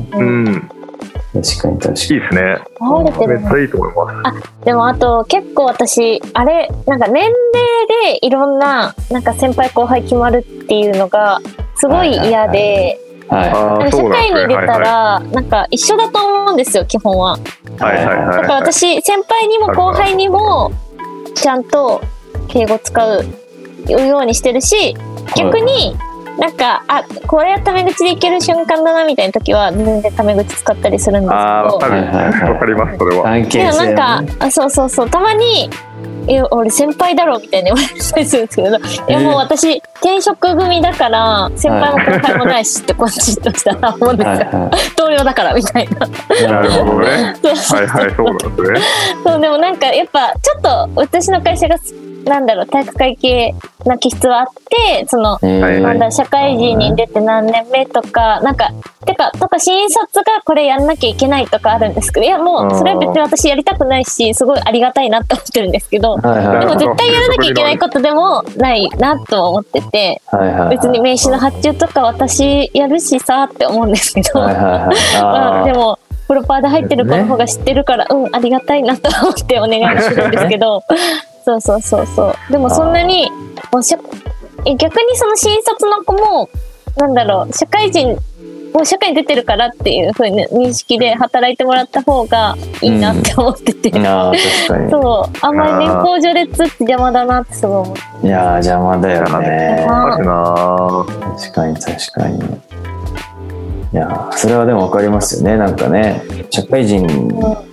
にいいですね。 めっちゃいいと思います。 でもあと結構私なんか年齢でいろんななんか先輩後輩決まるっていうのがすごい嫌で、社会に出たらなんか一緒だと思うんですよ基本は。だから私先輩にも後輩にもちゃんと敬語使うようにしてるし、逆になんかこれはタメ口でいける瞬間だなみたいな時は全然タメ口使ったりするんですけど、 わかりますそれは。 でもなんかそうたまに俺先輩だろみたいに言われたりするんですけど、もう私転職組だから先輩も後輩もないしってこっちとしたら思うんですよ。同僚だからみたいな。 なるほどね。そうなんですね。 そうでもなんかやっぱちょっと私の会社が体育会系な気質はあって、その社会人に出て何年目とかとか新卒がこれやんなきゃいけないとかあるんですけど、いやもうそれは別に私やりたくないしすごいありがたいなって思ってるんですけど、でも絶対やらなきゃいけないことでもないなと思ってて、別に名刺の発注とか私やるしさって思うんですけど、でもプロパーで入ってる子の方が知ってるからありがたいなと思ってお願いするんですけどそうでもそんなに逆にその新卒の子も社会に出てるからっていう風に認識で働いてもらった方がいいなって思ってて、 確かにあんまり年功序列って邪魔だなってすごい思って。 いや邪魔だよね。確かにいやそれはでも分かりますよね。なんかね社会人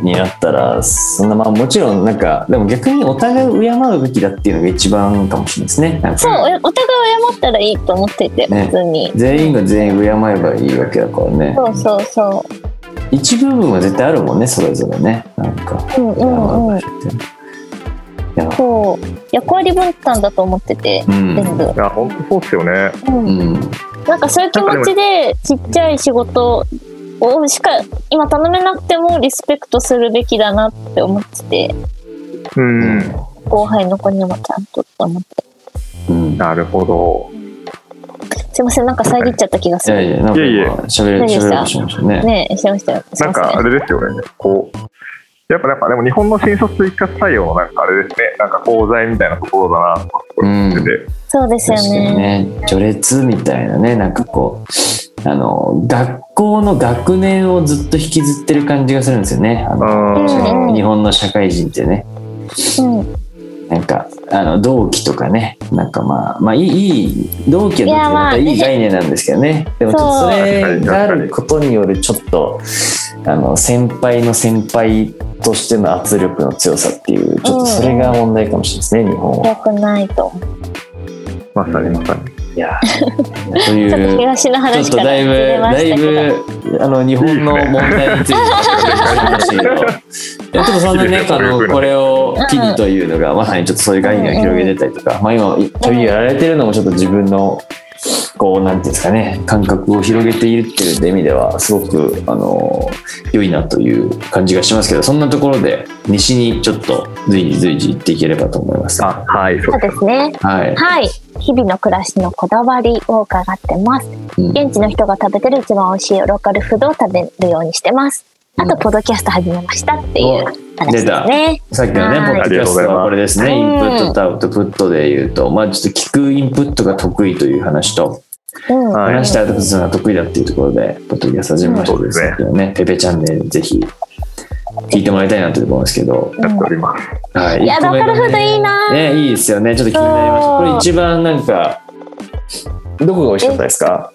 になったらそんな、まあもちろんなんかでも逆にお互いを敬うべきだっていうのが一番かもしれないですね。なんかそう、お互いを敬ったらいいと思ってて、 ね普通に。 全員が全員敬えばいいわけだからね。 そうそうそ一部分は絶対あるもんね、それぞれね。なんかう。うんうんうん。 いや、 そう役割分担だと思ってて、 うん全部。 いや本当そうっすよね。 うんなんかそういう気持ちでちっちゃい仕事をしか今頼めなくてもリスペクトするべきだなって思ってて、後輩の子にもちゃんとって思って。 なるほど。 すいません、なんか遮っちゃった気がする。 いやいや、なんか喋れましたね。 ねえ、してましたよ。 なんかあれですよね。こうやっぱなんかでも日本の新卒一括採用のなんかあれですね。なんか功罪みたいなところだなと思ってて。 そうですよね。 序列みたいなね、なんかこう学校の学年をずっと引きずってる感じがするんですよね。日本の社会人ってね。なんか同期とかね、なんかまあいい同期はまたいい概念なんですけどね。でもちょっとそれがあることによるちょっと先輩の先輩としての圧力の強さっていうちょっとそれが問題かもしれないですね、日本は。 良くないと。 まさにまさに。 いやというちょっと東の話からだいぶ日本の問題について話しましたけど、ちょっとそんなねこれを機にというのがまさにちょっとそういう概念を広げてたりとか、まあ今ちょいやられてるのもちょっと自分のこうなんていうんですかね、感覚を広げているっていう意味ではすごく良いなという感じがしますけど、そんなところで西にちょっと随時行っていければと思います。 はい、 そうですね。はい。日々の暮らしのこだわりを伺ってます。現地の人が食べてる一番美味しいローカルフードを食べるようにしてます。あとポッドキャスト始めましたっていう話ですね。 さっきのね、ポッドキャストはこれですね。インプットとアウトプットで言うと、まあちょっと聞くインプットが得意という話と、話してアウトプットするのが得意だっていうところでポッドキャスト始めましたけどね、ペペチャンネルぜひ聞いてもらいたいなと思うんですけど、 やっております。 はい。いや、ローカルフードいいな。 ね、いいですよね。ちょっと気になりました。これ一番なんかどこが美味しかったですか？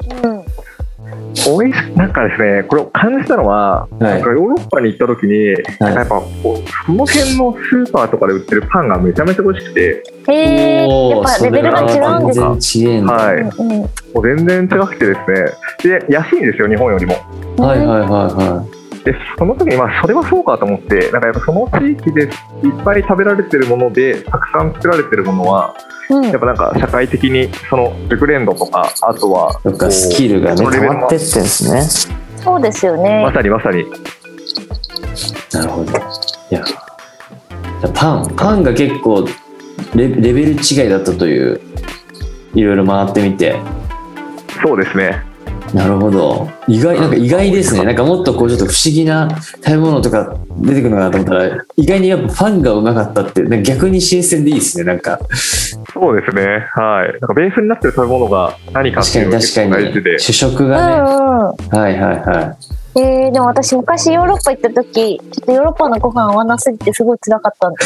なんかですね、これを感じたのは、なんかヨーロッパに行った時に、やっぱこうその辺のスーパーとかで売ってるパンがめちゃめちゃ美味しくて、 やっぱレベルが違うんですか？ はい、もう全然違くてですね、で安いんですよ、日本よりも。でその時にそれはそうかと思って、なんかやっぱその地域でいっぱい食べられてるものでたくさん作られてるものは、やっぱなんか社会的にその熟練度とか、あとはスキルがね溜まってってんですね。 そうですよね。 まさにまさに。 なるほど。いやパンが結構レベル違いだったという、いろいろ回ってみて。 そうですね。 なるほど。意外ですね。なんかもっとこうちょっと不思議な食べ物とか出てくるのかなと思ったら、意外にやっぱパンがうまかったって、なんか逆に新鮮でいいですね。なんかそうですね。はい。なんかベースになってる食べ物が何かっていうのが結構大事で、 主食がね。はいはいはい。 でも私昔ヨーロッパ行った時、ちょっとヨーロッパのご飯合わなすぎてすごい辛かったんです。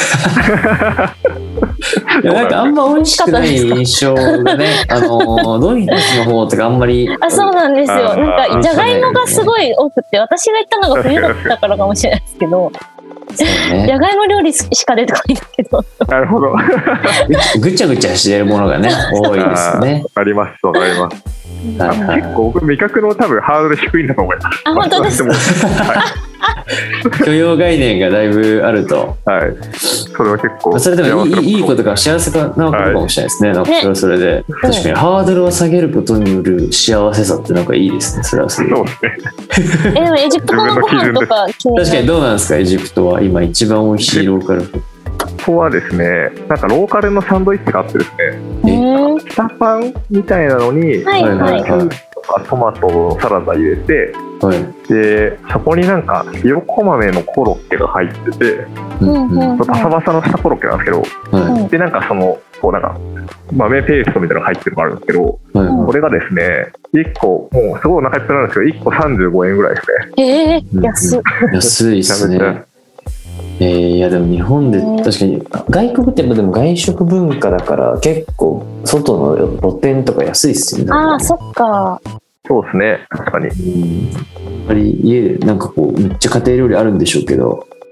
なんかあんま美味しくない印象がね、ドイツの方とかあんまり。 そうなんですよ。なんかじゃがいもがすごい多くて、私が行ったのが冬だったからかもしれないですけど、じゃがいも料理しか出てこないんだけど。 なるほど。 ぐちゃぐちゃしてるものがね多いですね。 あります、わかります。結構僕味覚の多分ハードル低いんだと思います。 本当ですか？ 許容概念がだいぶあると。 はい。それは結構。 それでもいいことか幸せなことかもしれないですね。なんかそれはそれで、確かにハードルを下げることによる幸せさってなんかいいですね。それはそれで。 そうですね。 でもエジプトのご飯とか確かにどうなんですか？エジプトは今一番美味しいローカルフード。 ここはですね、なんかローカルのサンドイッチがあってですね、下パンみたいなのに、トマトのサラダ入れて、でそこになんかひよこ豆のコロッケが入ってて、パサパサのしたコロッケなんですけど、でなんかそのこうなんか豆ペーストみたいなのが入ってるのがあるんですけど、これがですね1個もうすごいお腹いっぱいなんですけど1個35円ぐらいですね。 安いですね。いやでも日本で確かに外国ってでも外食文化だから結構外の露店とか安いっすよね。 そっか。 そうですね、確かに。 やっぱり家でなんかこうめっちゃ家庭料理あるんでしょうけど、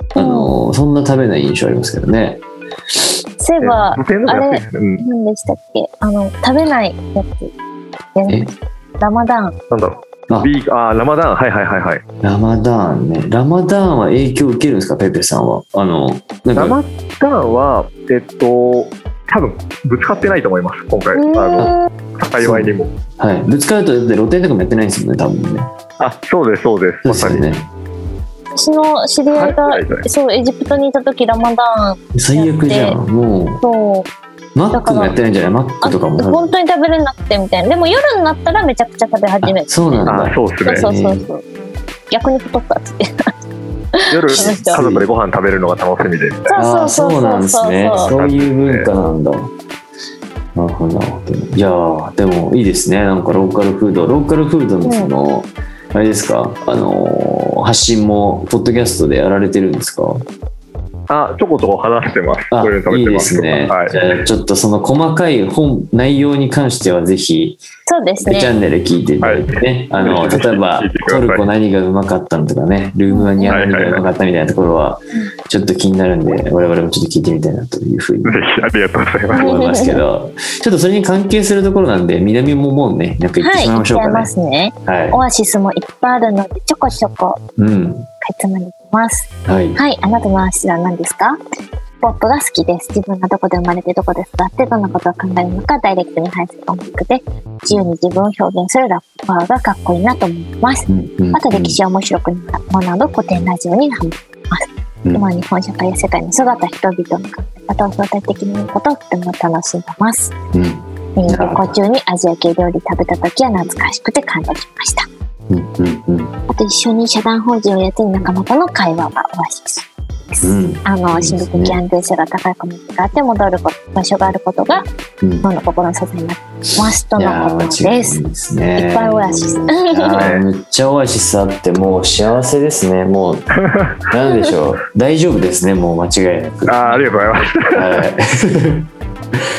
そんな食べない印象ありますけどね。 そういえば、 露店のあれ、 方が安いですね。 何でしたっけ、食べないやつ。ラマダン。 なんだろあう。ラマダン。はいはいはいはい。 ラマダーンね。ラマダーンは影響受けるんですか、ペペさんは。なんかラマダンは、多分ぶつかってないと思います、今回。幸いにも。 はい。ぶつかると、だって露店とかもやってないんですもんね、多分ね。 そうです、そうです。 そうですよね。 私の知り合いが、そう、エジプトにいた時ラマダン。 最悪じゃん。もう。 そう。 マックもやってないんじゃない？マックとかも。 本当に食べれなくてみたいな。でも夜になったらめちゃくちゃ食べ始めて。 そうなんだ。 そうですね。 そう。逆に太ったっつって。 夜家族でご飯食べるのが楽しみで。 そうなんですね。そういう文化なんだ。なるほど。いやー、でもいいですね。なんかローカルフードのその、あれですか、発信もポッドキャストでやられてるんですか？ ちょこちょこ話してます。 いいですね。じゃあちょっとその細かい内容に関してはぜひ、 そうですね。 チャンネル聞いていただいてね。例えばトルコ何がうまかったのとかね、ルームニア何がうまかったみたいなところはちょっと気になるんで、我々もちょっと聞いてみたいなというふうにありがとうございます。 思いますけど、ちょっとそれに関係するところなんで、南ももうね、なんか行ってしまいましょうかね。 はい、行っちゃいますね。はい。オアシスもいっぱいあるので、ちょこちょこ、かいつまんでいきます。はい。はい、あなたのオアシスは何ですか？ポップが好きです。自分がどこで生まれてどこで育ってどんなことを考えるのかダイレクトに反映する音楽で自由に自分を表現するラッパーがかっこいいなと思います。あと歴史を面白く学ぶ古典ラジオにハマっています。今日本社会や世界の姿、人々の考え方を相対的に見ることをとても楽しんでます。旅行中にアジア系料理食べた時は懐かしくて感動しました。あと一緒に社団法人をやっている仲間との会話がオアシス。心理的安全性が高いコミュニティがあって戻る場所があることが日本の心の支えになってますとのことです。いっぱいオアシス。 めっちゃオアシスあってもう幸せですね。もうなんでしょう。大丈夫ですね。もう間違いなく。 ありがとうございます。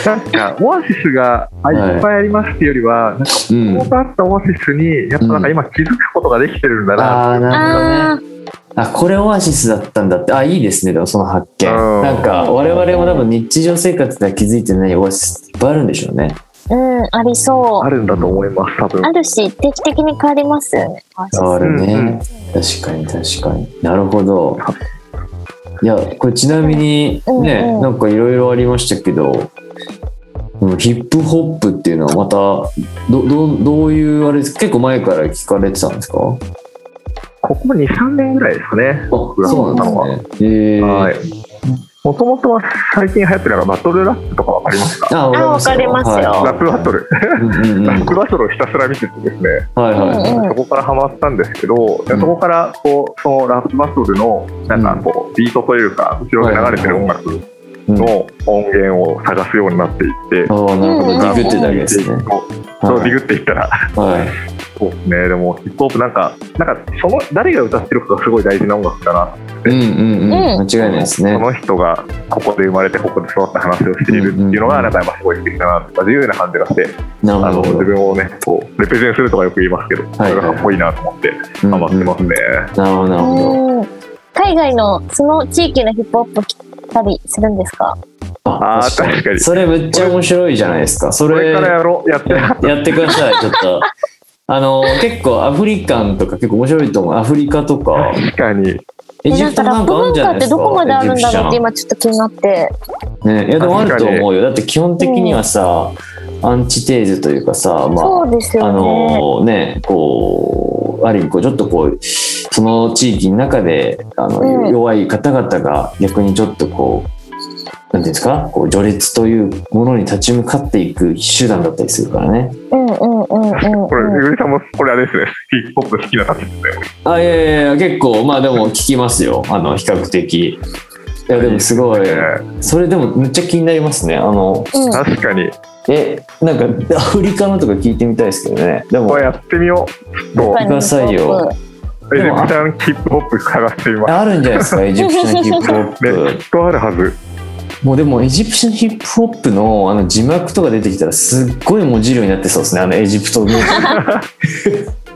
なんかオアシスがいっぱいありますっていうよりは、なんかあったオアシスにやっぱなんか今気づくことができてるんだな。 なるほどね。これオアシスだったんだって。いいですね。でもその発見。なんか我々も多分日常生活では気づいてないオアシスいっぱいあるんでしょうね。 ありそう。 あるんだと思います。多分あるし定期的に変わりますよね。 あるね。確かに。なるほど。いや、これちなみにね、なんかいろいろありましたけど、ヒップホップっていうのはまたどういうあれです？結構前から聞かれてたんですか？ ここ2、3年ぐらいですかね。 そうなんですね。はい。 もともとは最近流行ってるのがバトルラップとかわかりますか？ わかりますよ。 ラップバトル。ラップバトルをひたすら見ててですね。そこからハマったんですけど、そこからそのラップバトルのなんかビートというか後ろで流れてる音楽の音源を探すようになっていって、 ディグってたわけですね。 そう、ディグっていったら。そうですね。でもヒップホップなんかその誰が歌ってるかがすごい大事な音楽だな。 間違いないですね。 その人がここで生まれてここで育った話をしているっていうのがなんかやっぱすごい素敵だなとか自由な感じがして、自分をねこうレペゼンするとかよく言いますけど、それがかっこいいなと思ってハマってますね。 なるほど。 海外のその地域のヒップホップ聞いたりするんですか？ 確かに。 それめっちゃ面白いじゃないですか。それからやってください。ちょっと。結構アフリカンとか結構面白いと思う。アフリカとか。 確かに。 エジプトなんかあるんじゃないですか。 どこまであるんだろうって今ちょっと気になって。 ね、いやでもあると思うよ。だって基本的にはさ、アンチテーゼというかさ、 そうですよね。 こうある意味こうちょっとこうその地域の中で弱い方々が逆にちょっとこう。なんていうんですか、こう序列というものに立ち向かっていく手段だったりするからね。 これめぐりさんもこれあれですね。ヒップホップ好きな方ですね。 いや結構でも聞きますよ。比較的。いやでもすごい。それでもめっちゃ気になりますね。 確かに。 なんかアフリカのとか聞いてみたいですけどね。でもこれやってみよう。 くださいよ。 エジプシャンヒップホップ探してみます。 あるんじゃないですか。エジプシャンヒップホップ。 きっとあるはず。 もうでもエジプシャンヒップホップの字幕とか出てきたらすっごい文字量になってそうですね。エジプトの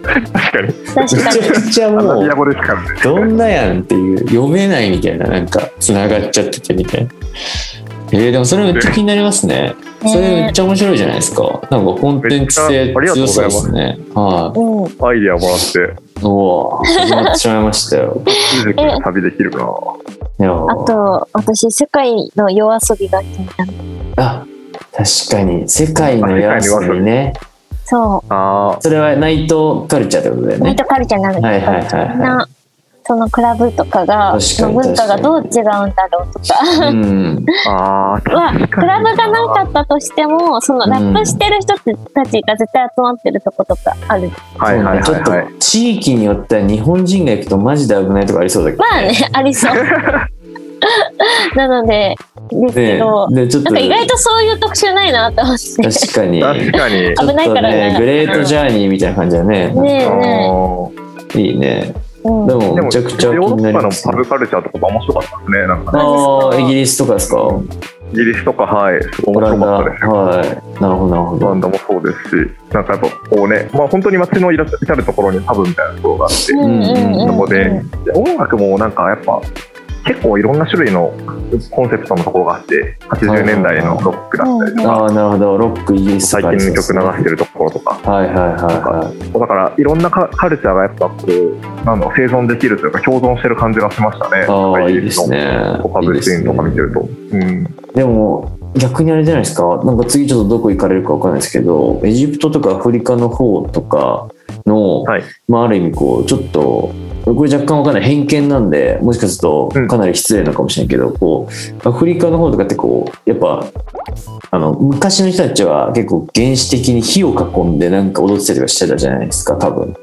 確かに。 確かめちゃくちゃもうアラビア語ですからね。 どんなやんっていう読めないみたいななんかつながっちゃっててみたいな。でもそれめっちゃ気になりますね。それめっちゃ面白いじゃないですか。なんかコンテンツ性強そうですね。はい、 うん。 アイディアもらって、 おお始まってしまいましたよ。 いい時に旅できるな。 いやあと、私、世界の夜遊びが気になる。 あ、確かに世界の夜遊びね。 そう。 あそれはナイトカルチャーってことだよね。 ナイトカルチャーなんだけど、 はいはいはいはいみんな、そのクラブとかが、 確かにの文化がどう違うんだろうとか。 うん。 あー、 は確かにクラブがなかったとしても、そのラップしてる人たちが絶対集まってるとことかある。 はいはいちょっとはいはい。 地域によっては日本人が行くとマジで危ないとこありそうだけど。 まあね、ありそう。なので、ですけど、 でちょっとなんか意外とそういう特集ないなと思って。 確かに。 確かに。 ちょっと危ないからねグレートジャーニーみたいな感じだね。 ねえあねーいいね。 え。うん。 でもでもめちゃくちゃ気ヨーロになッパのパりますね。 ブカルチャーとかも面白かったですね。なんかね、 ああ、イギリスとかですか。 イギリスとか、はい、すごい面オランダ。 白かったですよ。 はい。なるほどなるほど。 オランダもそうですし、なんかやっぱこうね、まあ本当に街の至るところにパブみたいなところがあって、 うんうんうんそこで音楽もなんかやっぱ結構いろんな種類のコンセプトのところがあって、80年代のロックだったりとか、 ああ、なるほど。ロックイギリスと最かあり近のそうですね曲流してるところとか、 はいはいはいはい。 だからいろんなカルチャーがやっぱこうなんだろう生存できるというか共存してる感じがしましたね。 ああ、いいイギリスのですね。 パブシーンとか見てると。 でも逆にあれじゃないですか。なんか次ちょっとどこ行かれるかわかんないですけど、エジプトとかアフリカの方とかの、 はい。 まあある意味こうちょっとこれ若干わかんない偏見なんで、もしかするとかなり失礼なのかもしれないけど、こうアフリカの方とかってこうやっぱ昔の人たちは結構原始的に火を囲んでなんか踊ってたりとかしてたじゃないですか、多分。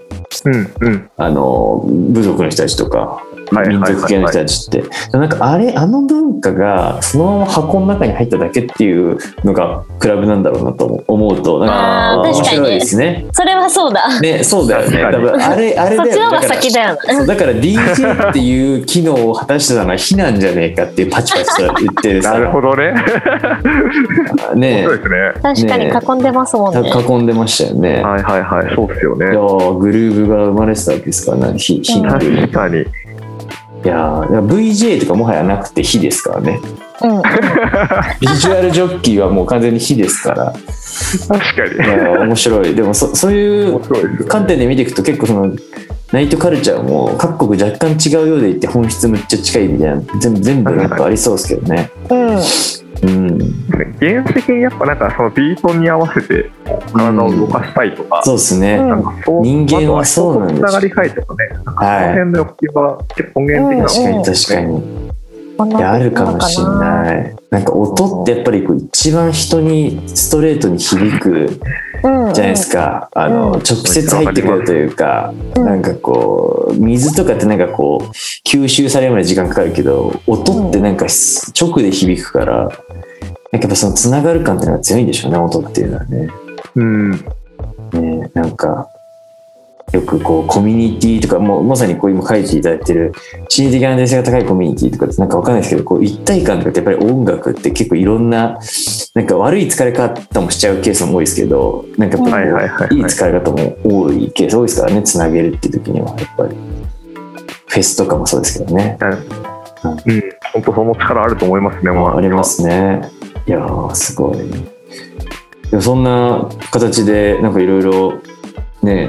部族の人たちとか民族系の人たちって、なんかあの文化がそのまま箱の中に入っただけっていうのがクラブなんだろうなと思うと、なんか面白いですね。 それはそうだ。 ね、そうだよね。多分あれだよね。 そっちの方が先だよね。 だから DJ っていう機能を果たしてたのは火なんじゃねえかっていうパチパチと言ってさ。 なるほどね。 ね、 そうですね。 確かに囲んでますもんね。 囲んでましたよね。 はいはいはい、そうですよね。 いやグルーヴが生まれてたわけですからね。火のグルーヴ。 確かに。 いや VJ とかもはやなくて火ですからね。 うん。 ビジュアルジョッキーはもう完全に火ですから。 確かに。 いや面白い。でもそういう観点で見ていくと結構そのナイトカルチャーも各国若干違うようでいて本質めっちゃ近いみたいな全部なんかありそうですけどね。 うん。 原始的にやっぱなんかそのビートに合わせて体を動かしたいとか、 そうですね。 なんかそう人間はそうなんですよ。 つながりたいとかね、なんかそのはい。 辺の欲求は結構根源的な、 確かに。いやあるかもしれない。なんか音ってやっぱりこう一番人にストレートに響くじゃないですか。直接入ってくるというか、なんかこう水とかってなんかこう吸収されるまで時間かかるけど、音ってなんか直で響くから、なんかやっぱそのつながる感っていうのが強いんでしょうね、音っていうのはね。ね、なんかよくこうコミュニティとかもうまさにこう今書いていただいてる心理的安全性が高いコミュニティとかってなんかわかんないですけど、こう一体感とかってやっぱり音楽って結構いろんななんか悪い疲れ方もしちゃうケースも多いですけど、なんかやっぱりいい疲れ方も多いケース多いですからね、つなげるっていう時にはやっぱりフェスとかもそうですけどね。 本当その力あると思いますね。 ありますね。いやーすごい。でもそんな形でなんかいろいろね、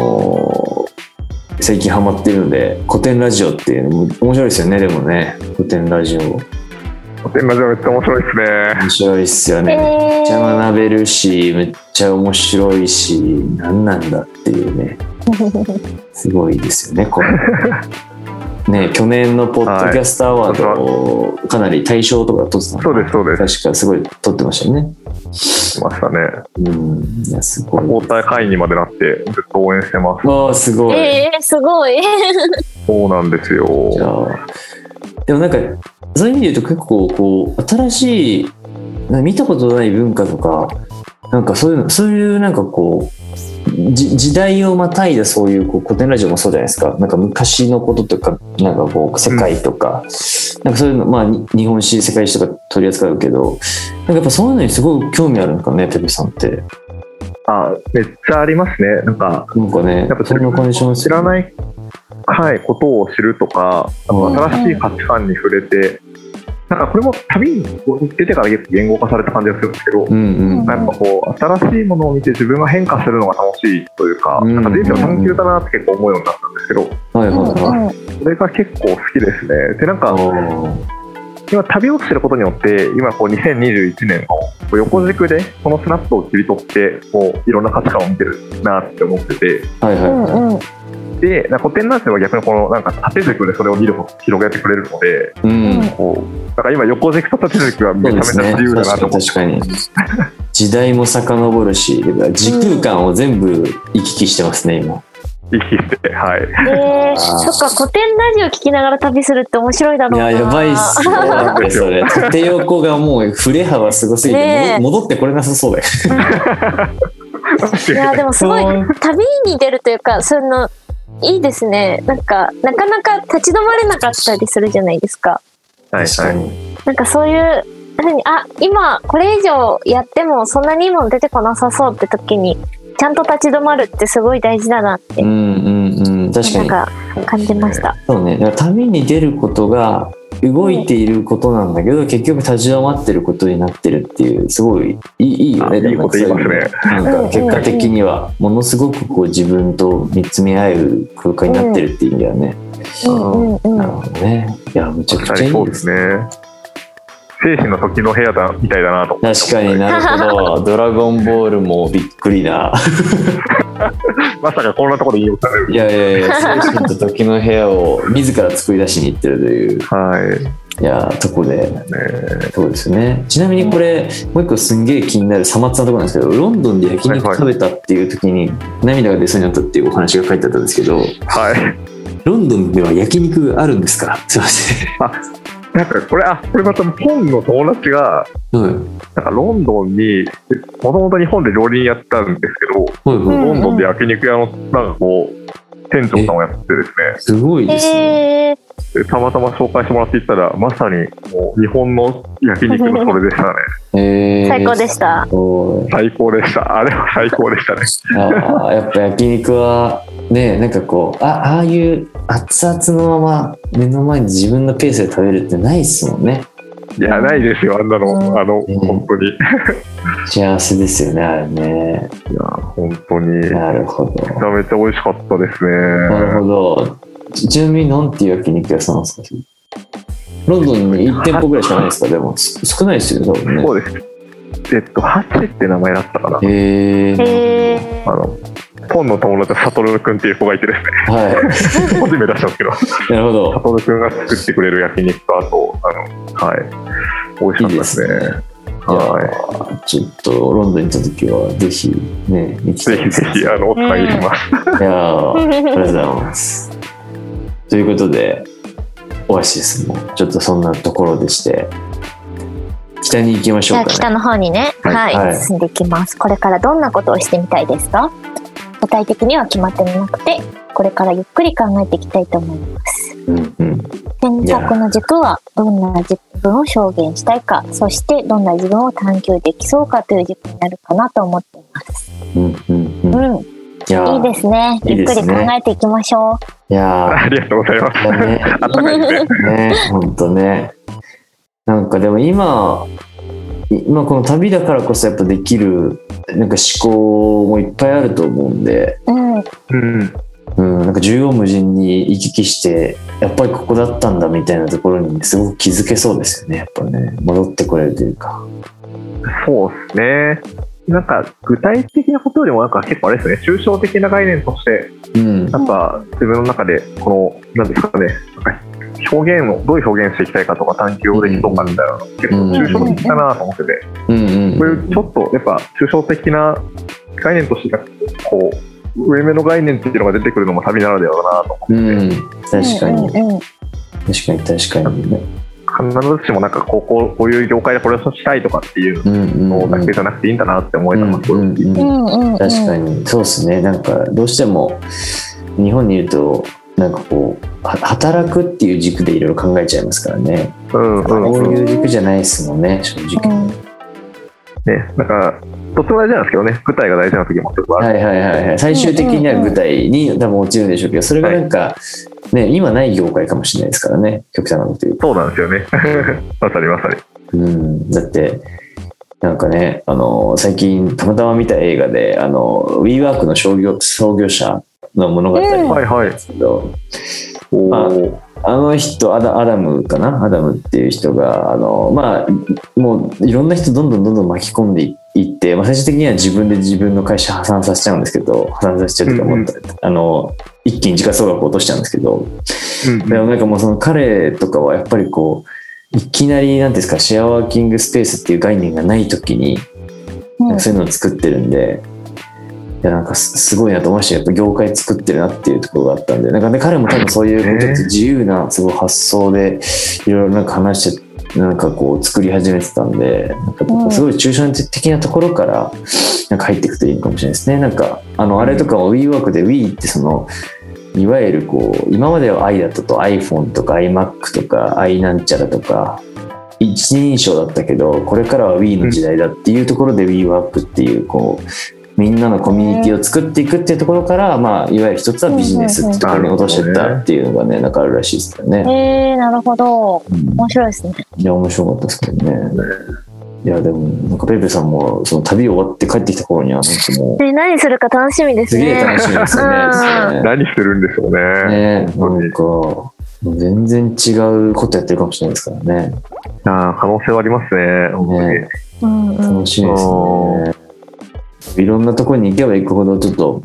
最近ハマっているので古典ラジオっていうのも面白いですよね。でもね、古典ラジオめっちゃ面白いですね。 面白いっすよね。めっちゃ学べるし、めっちゃ面白いし、何なんだっていうね、すごいですよねこれね。去年のポッドキャストアワード、かなり大賞とか取ってたの。 そうです確かすごい取ってましたよね。 ましたね。 いやすごい。 交代会員にまでなってずっと応援してます。 ああすごい。 すごい。 そうなんですよ。 じゃあでもなんかそういう意味で言うと結構こう新しい見たことない文化とかなんかそういうなんかこう時代をまたいだそういうこう古典ラジオもそうじゃないですか。なんか昔のこととかなんかこう世界とか、なんかそういうのまあ日本史世界史とか取り扱うけど、なんかやっぱそういうのにすごい興味あるのかね、ペペさんって。 めっちゃありますね。なんかね、 やっぱそんな感じします知らない、ことを知るとか、新しい価値観に触れて、なんかこれも旅に出てから結構言語化された感じがするんですけど、なんかこう新しいものを見て自分が変化するのが楽しいというか、なんか人生の探求だなって結構思うようになったんですけど、それが結構好きですね。でなんか今旅をしてることによって今こう2021年の横軸でこのスナップを切り取ってこういろんな価値観を見てるなって思ってて、で古典男性は逆にこのなんか縦軸でそれを見るほど広げてくれるので、こうなんか今横軸と縦軸がめちゃめちゃ自由だなと思って、 確かに時代も遡るし時空間を全部行き来してますね今。 行き来して、はい。 そっか、古典ラジオ聞きながら旅するって面白いだろうな。 いややばいっすね。なんかそれ縦横がもう振れ幅すごすぎて、戻ってこれなさそうだよ。 いやでもすごい旅に出るというかいいですね。なんかなかなか立ち止まれなかったりするじゃないですか。 はいはい。 なんかそういう風に今これ以上やってもそんなにいいもの出てこなさそうって時にちゃんと立ち止まるってすごい大事だなって。 確かに。 なんか感じました。 そうね。だから旅に出ることが動いていることなんだけど、結局立ち止まってることになってるっていうすごいいいよね。 いいこと言いますね。 なんか結果的にはものすごくこう自分と見つめ合う空間になってるっていう意味ではね。なるほどね。いやめちゃくちゃいいですね。 精神の時の部屋だみたいだなと。 確かになるほど。ドラゴンボールもびっくりな。 まさかこんなところで言おうかね。 いや精神と時の部屋を自ら作り出しに行ってるという。いやとこで、そうですね。ちなみにこれもう一個すんげえ気になるさまつなところなんですけど、ロンドンで焼肉食べたっていう時に涙が出そうになったっていうお話が書いてあったんですけど、ロンドンでは焼肉あるんですか？すいません。 なんかこれまた本の友達が、なんかロンドンにもともと日本で料理人やったんですけど、ロンドンで焼肉屋のなんかこう店長さんをやってですね、 すごいですね。 たまたま紹介してもらっていったらまさにもう日本の焼肉のそれでしたね。 最高でした。 最高でした。あれは最高でしたね。 やっぱ焼肉はね、なんかこうああいう熱々のまま目の前に自分のペースで食べるってないですもんね。 いやないですよ、あんなの、本当に幸せですよね、あれね。 いや本当になるほど。 めちゃめちゃ美味しかったですね。 なるほど。ちなみに何ていう焼肉屋さんなんですか？ロンドンに1店舗ぐらいしかないですか？でも少ないですよね、多分ね。 そうです。ハチって名前だったかな。ポンの友達はサトル君っていう子がいてですね、個人名出したんですけど、 なるほど。 サトル君が作ってくれる焼肉と、あと美味しかったですね。 ちょっとロンドンに行った時はぜひね、行きたいです。 ぜひお使いします。 いやありがとうございます。ということでオアシスもちょっとそんなところでして、北に行きましょうかね。 じゃあ北の方にね、進んでいきます。これからどんなことをしてみたいですか？具体的には決まってなくて、これからゆっくり考えていきたいと思います。選択の軸はどんな自分を表現したいか、そしてどんな自分を探求できそうかという軸になるかなと思っています。いいですね。ゆっくり考えていきましょう。 いやありがとうございます。あったかいですね。 本当ね。なんかでも今この旅だからこそやっぱできるなんか思考もいっぱいあると思うんで、なんか縦横無尽に行き来してやっぱりここだったんだみたいなところにすごく気づけそうですよね。やっぱね、戻ってこれるというか。 そうですね。なんか具体的なことよりもなんか結構あれですね、抽象的な概念として、やっぱ自分の中でこの何ですかね、表現をどういう表現していきたいかとか探求できそうかみたいなの結構抽象的だなと思ってて、こういうちょっとやっぱ抽象的な概念としてこう上目の概念っていうのが出てくるのも旅ならではだなと思ってて、 確かにね。 必ずしもなんかこういう業界でこれをしたいとかっていうのだけじゃなくていいんだなって思えたのが確かにそうですね。なんかどうしても日本にいるとなんかこう働くっていう軸でいろいろ考えちゃいますからね。こういう軸じゃないですもんね、正直。 ね、なんかとっても大事なんですけどね、舞台が大事な時も結構ある。 はいはいはいはい。最終的には舞台に多分落ちるんでしょうけど、それがなんか、ね、今ない業界かもしれないですからね、極端なこと言うと。 そうなんですよね。まさにまさに。 だってなんかね、最近たまたま見た映画でWeWork の創業者の物語なんですけど、あの人アダムっていう人がまあもういろんな人どんどん巻き込んでいって、まあ、最終的には自分で自分の会社破産させちゃうんですけど、破産させちゃうというか、もっと一気に時価総額を落としちゃうんですけど、でもなんかもうその彼とかはやっぱりこういきなりなんですか、シェアワーキングスペースっていう概念がない時にそういうのを作ってるんで、いやなんかすごいなと思いました。やっぱ業界作ってるなっていうところがあったんで、なんかね、彼も多分そういうちょっと自由なすごい発想でいろいろなんか話してなんかこう作り始めてたんで、なんかすごい抽象的なところからなんか入っていくといいかもしれないですね。なんかあれとかも WeWork で We ってそのいわゆるこう今までは i だったと iPhone とか iMac とか i なんちゃらとか一人称だったけど、これからは We の時代だっていうところで WeWork っていうこうみんなのコミュニティを作っていくっていうところから、まあいわゆる一つはビジネスってところに落としてったっていうのがね、なんかあるらしいですよね。 なるほど。面白いですね。 いや面白かったですけどね。いやでもなんかペペさんもその旅終わって帰ってきた頃にはなんかもう何するか楽しみですね。 すげえ楽しみですよね。 何するんでしょうね。 なんか全然違うことやってるかもしれないですからね。 可能性はありますね。本当に。 楽しみですね。いろんなところに行けば行くほどちょっと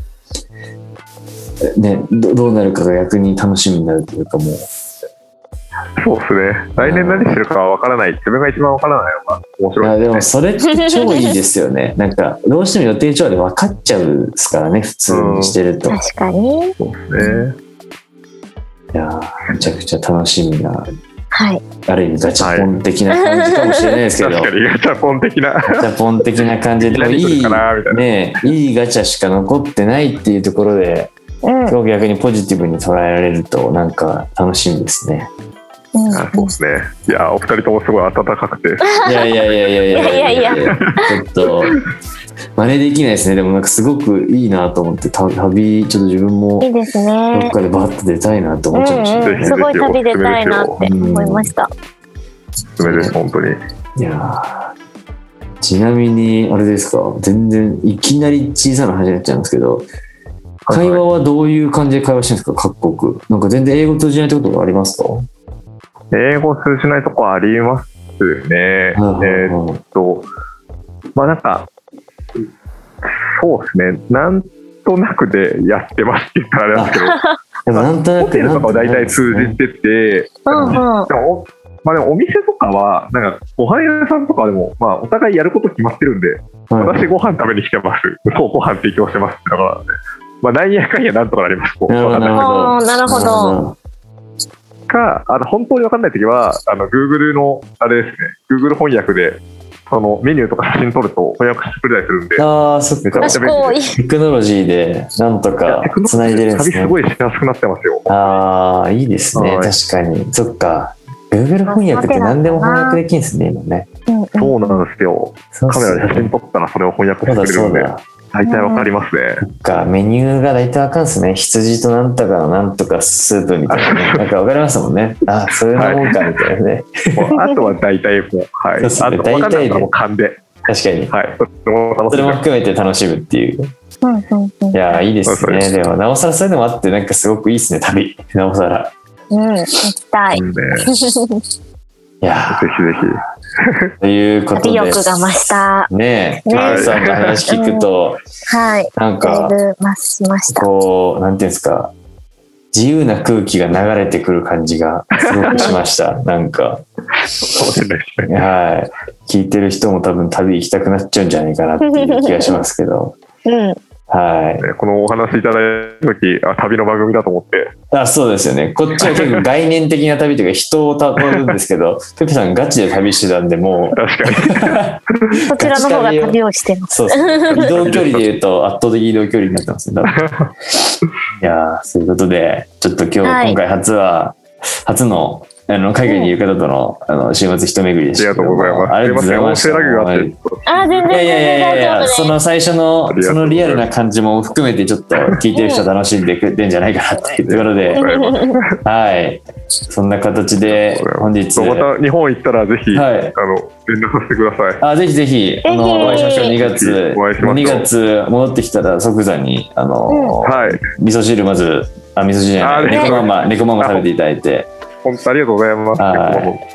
ね、どうなるかが逆に楽しみになるというか、もうそうですね。来年何するかは分からない。自分が一番分からないのが面白いですね。 いやでもそれって超いいですよね。なんかどうしても予定調で分かっちゃうんですからね、普通にしてると。 確かに。 そうですね。 いやめちゃくちゃ楽しみな。 はい。 ある意味ガチャポン的な感じかもしれないですけど、 確かにガチャポン的なガチャポン的な感じでもいいガチャしか残ってないっていうところで、すごく逆にポジティブに捉えられるとなんか楽しみですね。 そうですね。いやお二人ともすごい温かくて。 いやちょっと真似できないですね。でもなんかすごくいいなと思って、旅ちょっと自分もいいですね。 どっかでバッと出たいなと思っちゃいましたね。 すごい旅出たいなって思いました。 おすすめです本当に。 いやちなみにあれですか、全然いきなり小さな話になっちゃうんですけど、会話はどういう感じで会話してるんですか、各国。なんか全然英語通じないってことがありますか？ 英語通じないとこありますね。まあなんかそうですね、なんとなくでやってますって言ったらあれなんですけど、 でもなんとなくホテルとかは大体通じてて、でもお店とかはなんかご飯屋さんとかでも、まあ、お互いやること決まってるんで、私ご飯食べに来てます、向こうご飯提供してますってだから、まあ、なんやかんやなんとかなります。 なるほど。 か本当に分かんないときはGoogle のあれですね、Google 翻訳でそのメニューとか写真撮ると翻訳してくれたりするんで、 そっか、テクノロジーでなんとかつないでるんですね。 旅すごいしやすくなってますよ。 いいですね、確かに。そっか、Google 翻訳って何でも翻訳できるんですね、今ね。 そうなんですよ。カメラで写真撮ったらそれを翻訳してくれるんで、大体わかりますね。 そっか、メニューが大体わかるんですね。羊となんとかのなんとかスープみたいなね。なんかわかりますもんね。そういうもんかみたいなね。 あとは大体もう、はい。あと大体もう勘で。 確かに。 はい。 それも含めて楽しむっていう。いや、いいですね。でも、なおさらそういうのもあって、なんかすごくいいですね、旅。なおさら。 行きたい。 いや、 ぜひぜひ。 ということで、 旅欲が増したねえ、さんの話聞くと、なんかこうなんていうんですか、自由な空気が流れてくる感じがすごくしました。なんか、聞いてる人も多分旅行きたくなっちゃうんじゃないかなっていう気がしますけど。 このお話いただいた時、旅の番組だと思って。 そうですよね。こっちは結構概念的な旅というか人をたどるんですけど、ペペさんガチで旅してたんで、もう確かにこちらの方が旅をしてます。 そうです。移動距離でいうと圧倒的移動距離になってますね。いやそういうことでちょっと今回初の海外にいる方との週末一巡りでしたけども。 ありがとうございます。 ありがとうございました。 音声ラグがあって。 全然大丈夫です。 その最初のそのリアルな感じも含めてちょっと聞いてる人楽しんでくれてんじゃないかなっていうところで、はい。そんな形で本日また日本行ったらぜひ、連絡させてください。 ぜひぜひお会いしましょう。2月戻ってきたら即座に味噌汁まず味噌汁じゃない猫まんま食べていただいて。 本当ありがとうございます。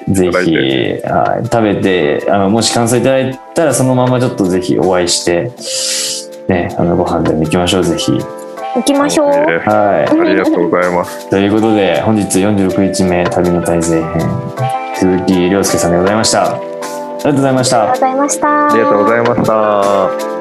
ぜひ食べてもし感想いただいたらそのままちょっとぜひお会いしてねご飯でも行きましょう。ぜひ行きましょう。 ありがとうございます。 ということで本日46日目旅の大勢編鈴木亮介さんでございました。ありがとうございました。 ありがとうございました。 ありがとうございました。